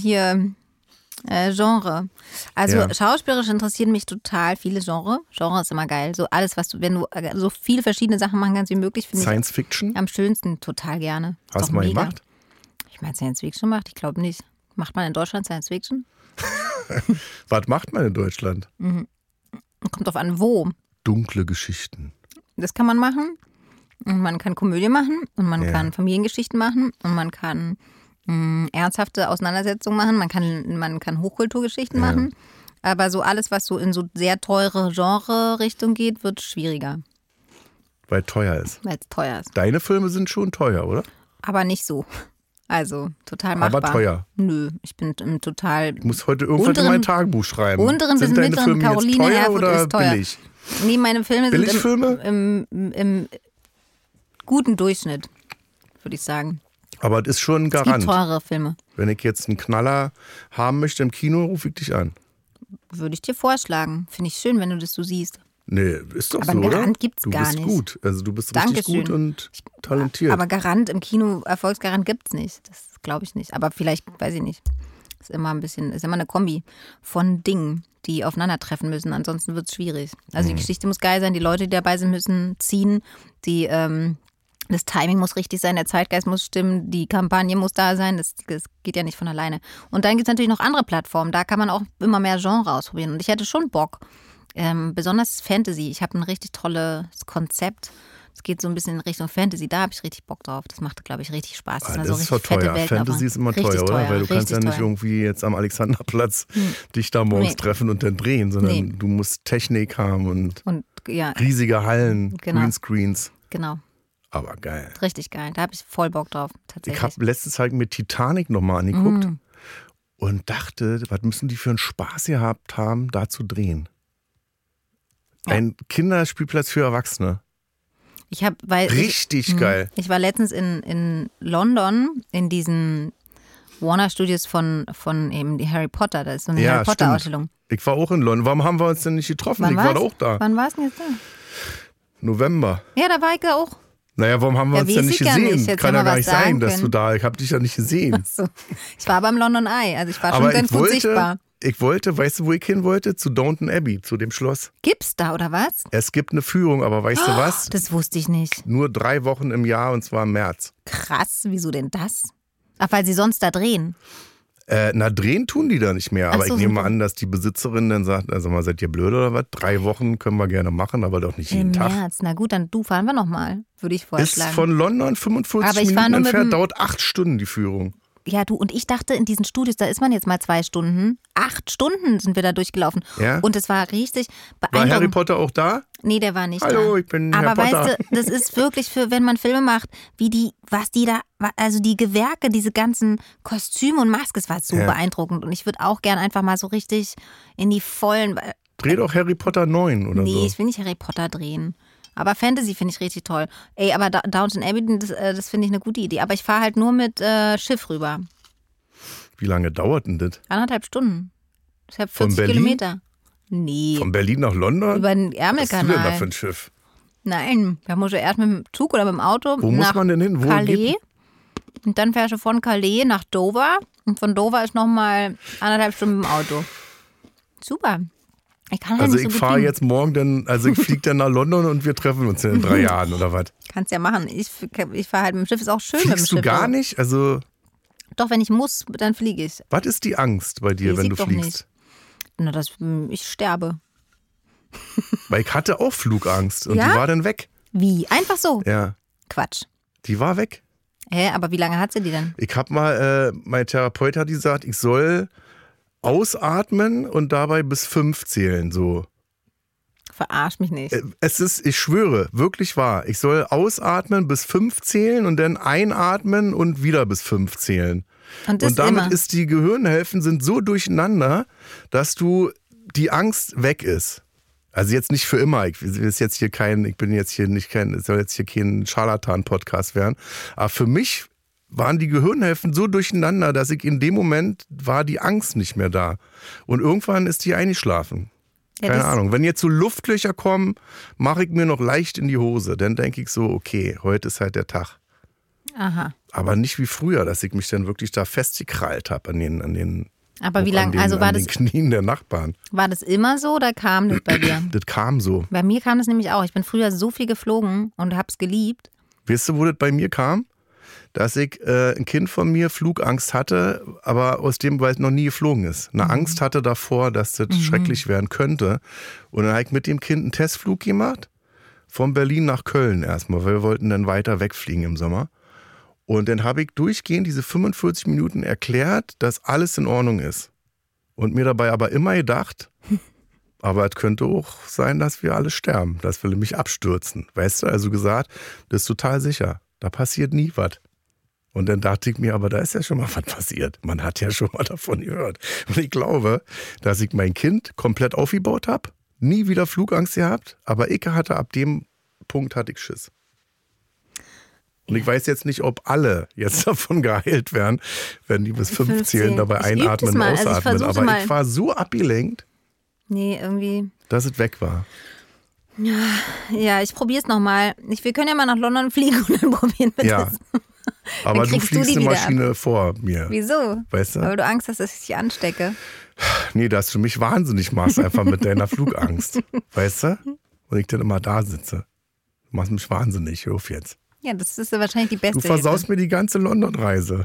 Genre. Also Ja. schauspielerisch interessieren mich total viele Genre. Genre ist immer geil. So alles, wenn du so viele verschiedene Sachen machen kannst wie möglich, finde ich Science Fiction? am schönsten total gerne. Ist Hast doch du mal mega. gemacht? Ich meine, Science Fiction macht, ich glaube nicht. Macht man in Deutschland Science Fiction? Was macht man in Deutschland? Kommt drauf an, wo. Dunkle Geschichten. Das kann man machen. Und man kann Komödie machen und man Ja. kann Familiengeschichten machen und man kann ernsthafte Auseinandersetzungen machen, man kann Hochkulturgeschichten machen. Aber so alles, was so in so sehr teure Genre-Richtung geht, wird schwieriger, Weil teuer ist. weil es teuer ist. Deine Filme sind schon teuer, oder? Aber nicht so. Also total machbar. Aber teuer. Nö, ich bin im total Ich muss heute irgendwas in mein Tagebuch schreiben. unteren bis Sind deine mittleren Filme jetzt Caroline teuer Herfurth oder ist teuer. billig? Nee, meine Filme Billigfilme? sind im guten Durchschnitt, würde ich sagen. Aber es ist schon ein Es gibt Garant. teurere Filme. Wenn ich jetzt einen Knaller haben möchte im Kino, rufe ich dich an. Würde ich dir vorschlagen. Finde ich schön, wenn du das so siehst. Nee, ist doch Aber so, einen oder? Garant gibt's du gar bist nicht. gut. Also du bist Dankeschön. richtig gut und talentiert. Aber Garant im Kino, Erfolgsgarant gibt's nicht. Das glaube ich nicht. Aber vielleicht, weiß ich nicht. Ist immer eine Kombi von Dingen, die aufeinandertreffen müssen. Ansonsten wird es schwierig. Also die Geschichte muss geil sein, die Leute, die dabei sind, müssen ziehen. Das Timing muss richtig sein, der Zeitgeist muss stimmen, die Kampagne muss da sein. Das geht ja nicht von alleine. Und dann gibt es natürlich noch andere Plattformen. Da kann man auch immer mehr Genre ausprobieren. Und ich hätte schon Bock. Besonders Fantasy. Ich habe ein richtig tolles Konzept. Es geht so ein bisschen in Richtung Fantasy, da habe ich richtig Bock drauf. Das macht, glaube ich, richtig Spaß. Das ist doch teuer. Fantasy ist immer teuer, oder? Weil du kannst ja nicht irgendwie jetzt am Alexanderplatz dich da morgens treffen und dann drehen, sondern du musst Technik haben und riesige Hallen, Greenscreens. Genau. Aber geil. Richtig geil. Da habe ich voll Bock drauf, tatsächlich. Ich habe letzte Zeit mit Titanic nochmal angeguckt und dachte, was müssen die für einen Spaß gehabt haben, da zu drehen? Ja. Ein Kinderspielplatz für Erwachsene. Richtig geil. Ich war letztens in London in diesen Warner Studios von eben die Harry Potter. Da ist so eine Harry Potter Ausstellung. Ich war auch in London. Warum haben wir uns denn nicht getroffen? Ich war da auch da. Wann war es denn jetzt da? November. Ja, da war ich ja auch. Naja, warum haben wir uns denn nicht gesehen? Kann ja gar nicht sein, dass du da, ich habe dich ja nicht gesehen. Ach so. Ich war beim London Eye, also ich war schon ganz gut sichtbar. Ich wollte, weißt du, wo ich hin wollte? Zu Downton Abbey, zu dem Schloss. Gibt's da, oder was? Es gibt eine Führung, aber weißt du was? Das wusste ich nicht. Nur 3 Wochen im Jahr und zwar im März. Krass, wieso denn das? Ach, weil sie sonst da drehen. Drehen tun die da nicht mehr. Aber ich nehme mal an, dass die Besitzerin dann sagt, also mal, seid ihr blöd oder was? 3 Wochen können wir gerne machen, aber doch nicht jeden Tag. Im März, na gut, dann fahren wir nochmal, würde ich vorschlagen. Ist von London 45 Minuten entfernt, dauert 8 Stunden die Führung. Ja, du, und ich dachte, in diesen Studios, da ist man jetzt mal 2 Stunden. 8 Stunden sind wir da durchgelaufen. Ja? Und es war richtig beeindruckend. War Harry Potter auch da? Nee, der war nicht da. Hallo, ich bin Harry Potter. Aber weißt du, das ist wirklich für, wenn man Filme macht, was die da, also die Gewerke, diese ganzen Kostüme und Masken, es war so beeindruckend. Und ich würde auch gern einfach mal so richtig in die vollen... Dreh doch Harry Potter 9 oder so. Nee, ich will nicht Harry Potter drehen. Aber Fantasy finde ich richtig toll. Ey, aber Downton Abbey, das finde ich eine gute Idee. Aber ich fahre halt nur mit Schiff rüber. Wie lange dauert denn das? 1,5 Stunden. Ich habe 40 Kilometer. Nee. Von Berlin nach London? Über den Ärmelkanal. Was ist denn da für ein Schiff? Nein, da musst du erst mit dem Zug oder mit dem Auto Wo muss man denn hin? Wo Calais. Und dann fährst du von Calais nach Dover. Und von Dover ist nochmal 1,5 Stunden mit dem Auto. Super. Ich fahre jetzt morgen, ich fliege dann nach London und wir treffen uns in 3 Jahren oder was? Kannst ja machen. Ich fahre halt mit dem Schiff, ist auch schön mit dem Schiff. Fliegst du gar nicht? Also doch, wenn ich muss, dann fliege ich. Was ist die Angst bei dir, wenn du fliegst? Nicht. Na, ich sterbe. Weil ich hatte auch Flugangst und die war dann weg. Wie? Einfach so? Ja. Quatsch. Die war weg. Aber wie lange hat sie die denn? Ich habe mal, mein Therapeut hat gesagt, ich soll ausatmen und dabei bis 5 zählen, so. Verarsch mich nicht. Ich schwöre, wirklich wahr. Ich soll ausatmen bis 5 zählen und dann einatmen und wieder bis 5 zählen. Und damit ist die Gehirnhälften sind so durcheinander, dass die Angst weg ist. Also jetzt nicht für immer. Es soll jetzt hier kein Scharlatan-Podcast werden. Aber für mich waren die Gehirnhälften so durcheinander, dass ich in dem Moment war die Angst nicht mehr da. Und irgendwann ist die eingeschlafen. Keine Ahnung. Wenn jetzt so Luftlöcher kommen, mache ich mir noch leicht in die Hose. Dann denke ich so, okay, heute ist halt der Tag. Aha. Aber nicht wie früher, dass ich mich dann wirklich da festgekrallt habe an den Aber wie lange, also war das den Knien der Nachbarn. War das immer so oder kam das bei dir? Das kam so. Bei mir kam das nämlich auch. Ich bin früher so viel geflogen und hab's geliebt. Weißt du, wo das bei mir kam? Dass ich ein Kind von mir Flugangst hatte, aber aus dem, weil es noch nie geflogen ist. Eine Angst hatte davor, dass das schrecklich werden könnte. Und dann habe ich mit dem Kind einen Testflug gemacht, von Berlin nach Köln erstmal, weil wir wollten dann weiter wegfliegen im Sommer. Und dann habe ich durchgehend diese 45 Minuten erklärt, dass alles in Ordnung ist. Und mir dabei aber immer gedacht, aber es könnte auch sein, dass wir alle sterben, dass wir nämlich abstürzen. Weißt du, also gesagt, das ist total sicher, da passiert nie was. Und dann dachte ich mir, aber da ist ja schon mal was passiert. Man hat ja schon mal davon gehört. Und ich glaube, dass ich mein Kind komplett aufgebaut habe, nie wieder Flugangst gehabt, aber ich hatte ab dem Punkt hatte ich Schiss. Und ich weiß jetzt nicht, ob alle jetzt davon geheilt werden, wenn die bis 5 zählen, dabei einatmen und ausatmen. Aber ich war so abgelenkt, dass es weg war. Ja, ich probiere es nochmal. Wir können ja mal nach London fliegen und dann probieren wir das. Aber du fliegst die Maschine vor mir. Wieso? Weißt du? Weil du Angst hast, dass ich dich anstecke. Nee, dass du mich wahnsinnig machst, einfach mit deiner Flugangst. Weißt du? Und ich dann immer da sitze. Du machst mich wahnsinnig, hör auf jetzt. Ja, das ist wahrscheinlich die beste. Du versaust mir die ganze London-Reise.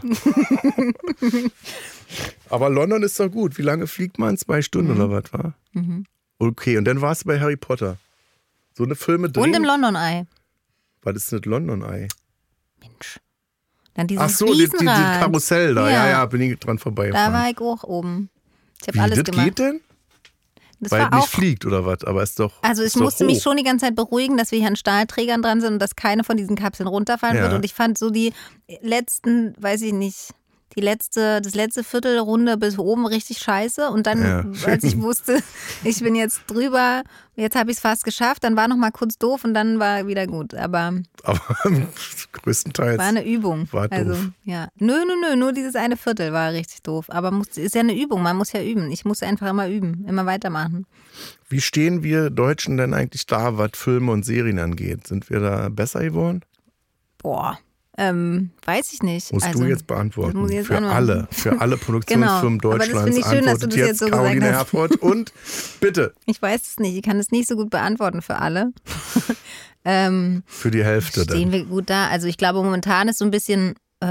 Aber London ist doch gut. Wie lange fliegt man? 2 Stunden oder was war? Okay, und dann warst du bei Harry Potter. So eine Filme drehen. Und im London Eye. Was ist das London-Ei? Mensch. Dann dieses Ach so, die Karussell da. Ja, bin ich dran Da vorbeigefahren. war ich auch oben. Ich habe Wie, alles das gemacht. geht denn? Das Weil war es nicht auch, fliegt oder was? Aber ist doch. also ich ist doch musste mich hoch. schon die ganze Zeit beruhigen, dass wir hier an Stahlträgern dran sind und dass keine von diesen Kapseln runterfallen Ja. wird. Und ich fand so die letzten, weiß ich nicht, das letzte Viertelrunde bis oben richtig scheiße. Und dann, als ich wusste, ich bin jetzt drüber, jetzt habe ich es fast geschafft, dann war noch mal kurz doof und dann war wieder gut. Aber größtenteils war eine Übung. war doof. Also, ja. Nö, nur dieses eine Viertel war richtig doof. Aber ist ja eine Übung, man muss ja üben. Ich muss einfach immer üben, immer weitermachen. Wie stehen wir Deutschen denn eigentlich da, was Filme und Serien angeht? Sind wir da besser geworden? Boah, weiß ich nicht. Musst also, du jetzt beantworten. das muss ich jetzt für alle Produktionsfirmen Genau. Aber das Deutschlands finde ich schön, dass du antwortet das jetzt jetzt so gesagt Caroline hast. Herford. Und bitte, Ich weiß es nicht, ich kann es nicht so gut beantworten für alle. für die Hälfte Stehen dann. wir gut da? Also ich glaube, momentan ist so ein bisschen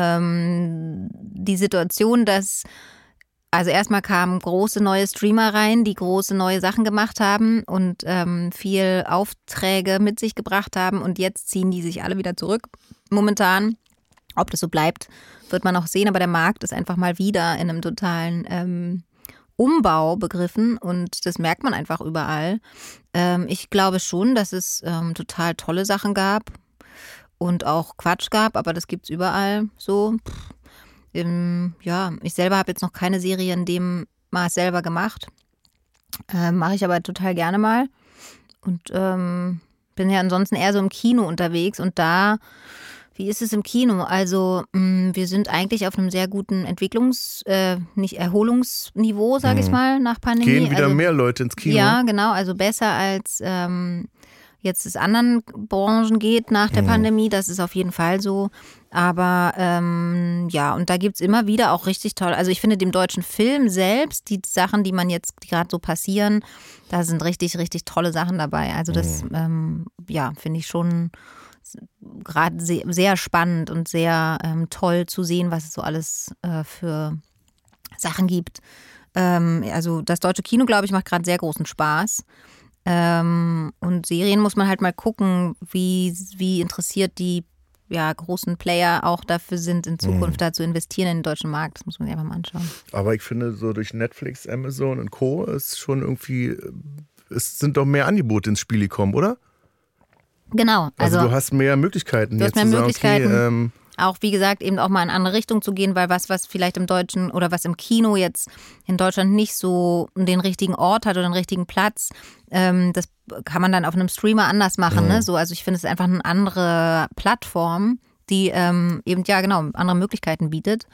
die Situation, dass also erstmal kamen große neue Streamer rein, die große neue Sachen gemacht haben und viel Aufträge mit sich gebracht haben und jetzt ziehen die sich alle wieder zurück. Momentan, ob das so bleibt, wird man auch sehen, aber der Markt ist einfach mal wieder in einem totalen Umbau begriffen und das merkt man einfach überall. Ich glaube schon, dass es total tolle Sachen gab und auch Quatsch gab, aber das gibt's überall so. Ja, ich selber habe jetzt noch keine Serie in dem Maß selber gemacht. Mache ich aber total gerne mal. Und bin ja ansonsten eher so im Kino unterwegs. Und da, wie ist es im Kino? Also wir sind eigentlich auf einem sehr guten nicht Erholungsniveau, sage ich mal, nach Pandemie. Gehen wieder also, mehr Leute ins Kino? Ja, genau. Also besser als jetzt es anderen Branchen geht nach der Pandemie. Das ist auf jeden Fall so. Aber ja, und da gibt es immer wieder auch richtig toll. Also ich finde dem deutschen Film selbst, die Sachen, die gerade so passieren, da sind richtig, richtig tolle Sachen dabei. Also das, ja, finde ich schon gerade sehr spannend und sehr toll zu sehen, was es so alles für Sachen gibt. Also das deutsche Kino, glaube ich, macht gerade sehr großen Spaß. Und Serien muss man halt mal gucken, wie interessiert die großen Player auch dafür sind, in Zukunft da zu investieren in den deutschen Markt. Das muss man sich einfach mal anschauen. Aber ich finde, so durch Netflix, Amazon und Co. ist schon irgendwie, es sind doch mehr Angebote ins Spiel gekommen, oder? Genau. Also du hast mehr Möglichkeiten. Du hast mehr Möglichkeiten. Okay, auch, wie gesagt, eben auch mal in eine andere Richtung zu gehen, weil was vielleicht im Deutschen oder was im Kino jetzt in Deutschland nicht so den richtigen Ort hat oder den richtigen Platz, das kann man dann auf einem Streamer anders machen. Ne? So, also ich finde, es ist einfach eine andere Plattform, die eben, ja genau, andere Möglichkeiten bietet.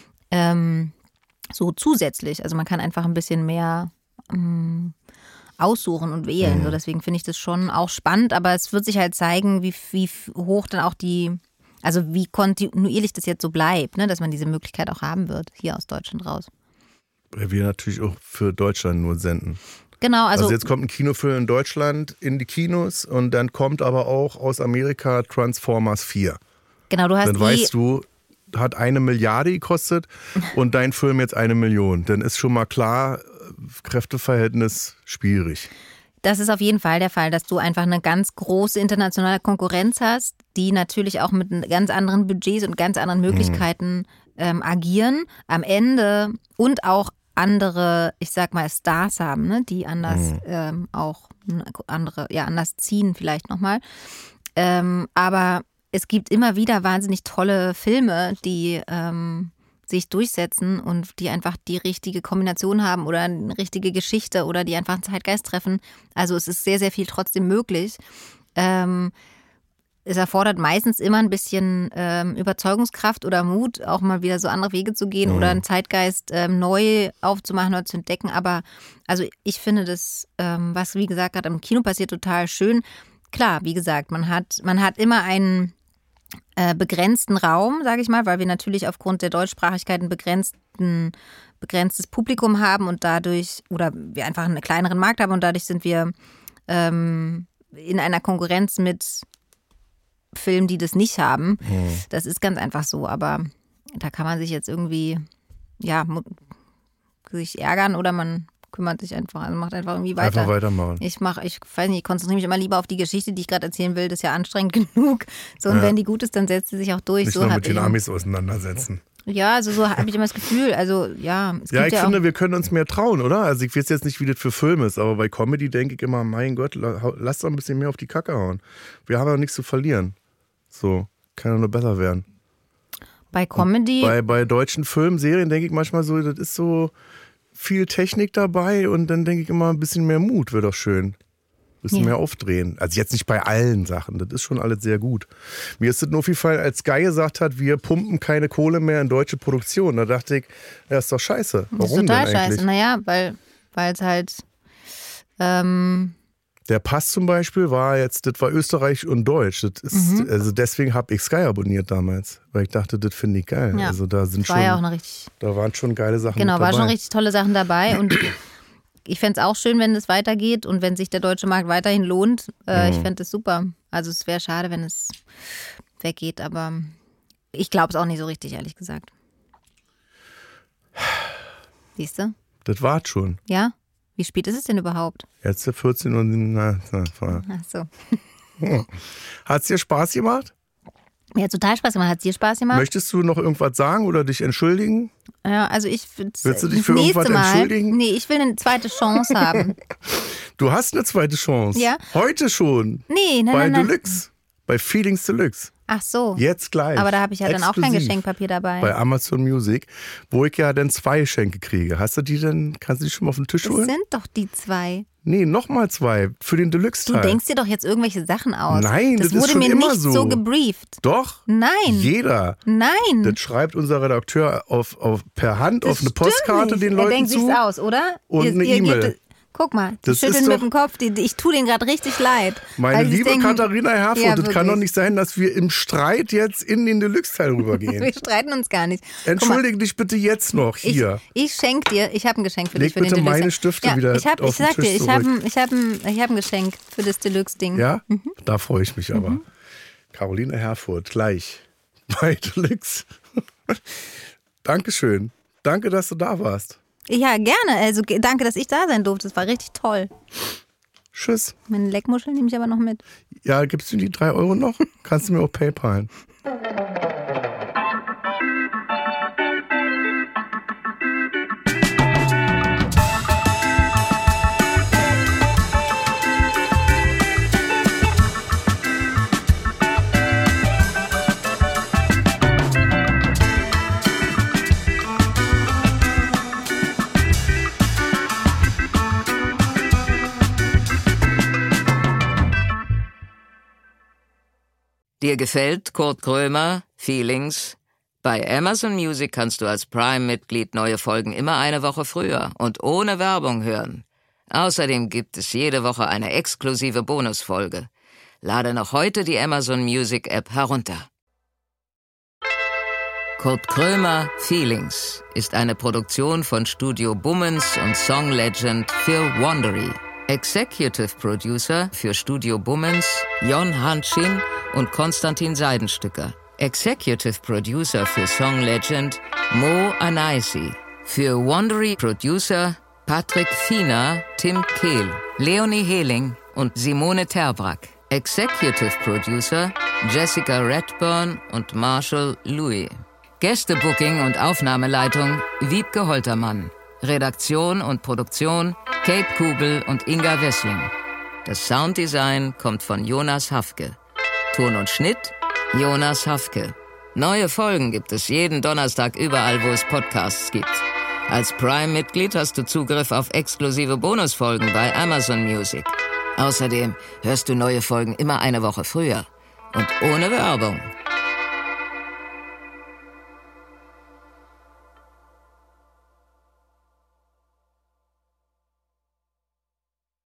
So zusätzlich. Also man kann einfach ein bisschen mehr aussuchen und wählen. So, deswegen finde ich das schon auch spannend, aber es wird sich halt zeigen, wie hoch dann auch also wie kontinuierlich das jetzt so bleibt, ne, dass man diese Möglichkeit auch haben wird, hier aus Deutschland raus. Weil wir natürlich auch für Deutschland nur senden. Genau, also jetzt kommt ein Kinofilm in Deutschland in die Kinos und dann kommt aber auch aus Amerika Transformers 4. genau, du hast Dann weißt du, hat 1 Milliarde gekostet und dein Film jetzt 1 Million. Dann ist schon mal klar, Kräfteverhältnis schwierig. Das ist auf jeden Fall der Fall, dass du einfach eine ganz große internationale Konkurrenz hast, die natürlich auch mit ganz anderen Budgets und ganz anderen Möglichkeiten agieren am Ende und auch andere, ich sag mal, Stars haben, ne, die anders auch anders ziehen vielleicht nochmal. Aber es gibt immer wieder wahnsinnig tolle Filme, die sich durchsetzen und die einfach die richtige Kombination haben oder eine richtige Geschichte oder die einfach einen Zeitgeist treffen. Also es ist sehr, sehr viel trotzdem möglich. Es erfordert meistens immer ein bisschen Überzeugungskraft oder Mut, auch mal wieder so andere Wege zu gehen oder einen Zeitgeist neu aufzumachen oder zu entdecken. Aber also ich finde das, was wie gesagt gerade im Kino passiert, total schön. Klar, wie gesagt, man hat immer einen begrenzten Raum, sage ich mal, weil wir natürlich aufgrund der Deutschsprachigkeit ein begrenztes Publikum haben und dadurch, oder wir einfach einen kleineren Markt haben und dadurch sind wir in einer Konkurrenz mit Filmen, die das nicht haben. Das ist ganz einfach so, aber da kann man sich jetzt irgendwie, ja, sich ärgern oder man kümmert sich einfach, also macht einfach irgendwie weiter. Einfach weitermachen. Ich weiß nicht, ich konzentriere mich immer lieber auf die Geschichte, die ich gerade erzählen will, das ist ja anstrengend genug. So, und wenn die gut ist, dann setzt sie sich auch durch. Nicht so nur mit den Amis auseinandersetzen. Ja, also so habe ich immer das Gefühl, also ja. Ja, ich finde, wir können uns mehr trauen, oder? Also ich weiß jetzt nicht, wie das für Film ist, aber bei Comedy denke ich immer, mein Gott, lass doch ein bisschen mehr auf die Kacke hauen. Wir haben ja nichts zu verlieren. So, kann ja nur besser werden. Bei Comedy? Bei deutschen Filmen, Serien denke ich manchmal so, das ist so viel Technik dabei und dann denke ich immer, ein bisschen mehr Mut wäre doch schön. Ein bisschen mehr aufdrehen. Also jetzt nicht bei allen Sachen, das ist schon alles sehr gut. Mir ist das nur aufgefallen, als Sky gesagt hat, wir pumpen keine Kohle mehr in deutsche Produktion. Da dachte ich, ja, ist doch scheiße. Warum das ist total denn eigentlich? Scheiße. Naja, weil es halt der Pass zum Beispiel war jetzt, das war Österreichisch und Deutsch. Das ist, also deswegen habe ich Sky abonniert damals, weil ich dachte, das finde ich geil. Ja, also da sind war schon, ja auch eine richtig, da waren schon geile Sachen genau, mit dabei. war schon richtig tolle Sachen dabei und ich fände es auch schön, wenn es weitergeht und wenn sich der deutsche Markt weiterhin lohnt. Ich fände es super. Also es wäre schade, wenn es weggeht, aber ich glaube es auch nicht so richtig, ehrlich gesagt. Siehst du? Das war's schon. Ja? Wie spät ist es denn überhaupt? Jetzt 14 und Ach so. Hat's dir Spaß gemacht? Mir hat total Spaß gemacht. Hat es dir Spaß gemacht? Möchtest du noch irgendwas sagen oder dich entschuldigen? Ja, also ich Willst du dich für irgendwas entschuldigen? Nee, ich will eine zweite Chance haben. Du hast eine zweite Chance. Ja. Heute schon. Nee, Bei nein. Deluxe. Bei Feelings Deluxe. Ach so. Jetzt gleich. Aber da habe ich ja dann auch kein Exklusiv. Geschenkpapier dabei. Bei Amazon Music, wo ich ja dann 2 Geschenke kriege. Hast du die denn, kannst du die schon mal auf den Tisch Das holen? sind doch die 2. Nee, nochmal 2 für den Du Deluxe-Teil. denkst dir doch jetzt irgendwelche Sachen aus. Nein, das ist wurde schon mir immer nicht so. gebrieft. Doch. Nein. Jeder. Nein. Das schreibt unser Redakteur per Hand Das auf eine stimmt Postkarte nicht. den Er Leuten denkt zu. sich's aus, oder? Und eine E-Mail. Guck mal, die Das schütteln ist mit doch- dem Kopf. Ich tue denen gerade richtig leid. Meine weil sie liebe denken, Katharina Herfurth, Ja, das kann wirklich. doch nicht sein, dass wir im Streit jetzt in den Deluxe-Teil rübergehen. Wir streiten uns gar nicht. Guck mal, Entschuldige dich bitte jetzt noch hier. Ich schenke dir, ich habe ein Geschenk für Leg dich für den bitte Deluxe. meine Stifte wieder ich auf den sag Tisch dir, ich zurück. habe ein Geschenk für das Deluxe-Ding. Ja? Da freue ich mich aber. Caroline Herfurth, gleich bei Deluxe. Dankeschön. Danke, dass du da warst. Ja, gerne. Also danke, dass ich da sein durfte. Das war richtig toll. Tschüss. Meine Leckmuschel nehme ich aber noch mit. Ja, gibst du die 3 Euro noch? Kannst du mir auch PayPalen. Dir gefällt Kurt Krömer, Feelings? Bei Amazon Music kannst du als Prime-Mitglied neue Folgen immer eine Woche früher und ohne Werbung hören. Außerdem gibt es jede Woche eine exklusive Bonusfolge. Lade noch heute die Amazon Music App herunter. Kurt Krömer, Feelings ist eine Produktion von Studio Bummens und Song Legend für Wondery. Executive Producer für Studio Bummens, Jon Hanschin und Konstantin Seidenstücker. Executive Producer für Song Legend, Mo Anaisi. Für Wondery Producer, Patrick Fiener, Tim Kehl, Leonie Hehling und Simone Terbrack. Executive Producer, Jessica Redburn und Marshall Louis. Gästebooking und Aufnahmeleitung, Wiebke Holtermann. Redaktion und Produktion, Kate Kubel und Inga Wessling. Das Sounddesign kommt von Jonas Hafke. Ton und Schnitt, Jonas Hafke. Neue Folgen gibt es jeden Donnerstag überall, wo es Podcasts gibt. Als Prime-Mitglied hast du Zugriff auf exklusive Bonusfolgen bei Amazon Music. Außerdem hörst du neue Folgen immer eine Woche früher und ohne Werbung.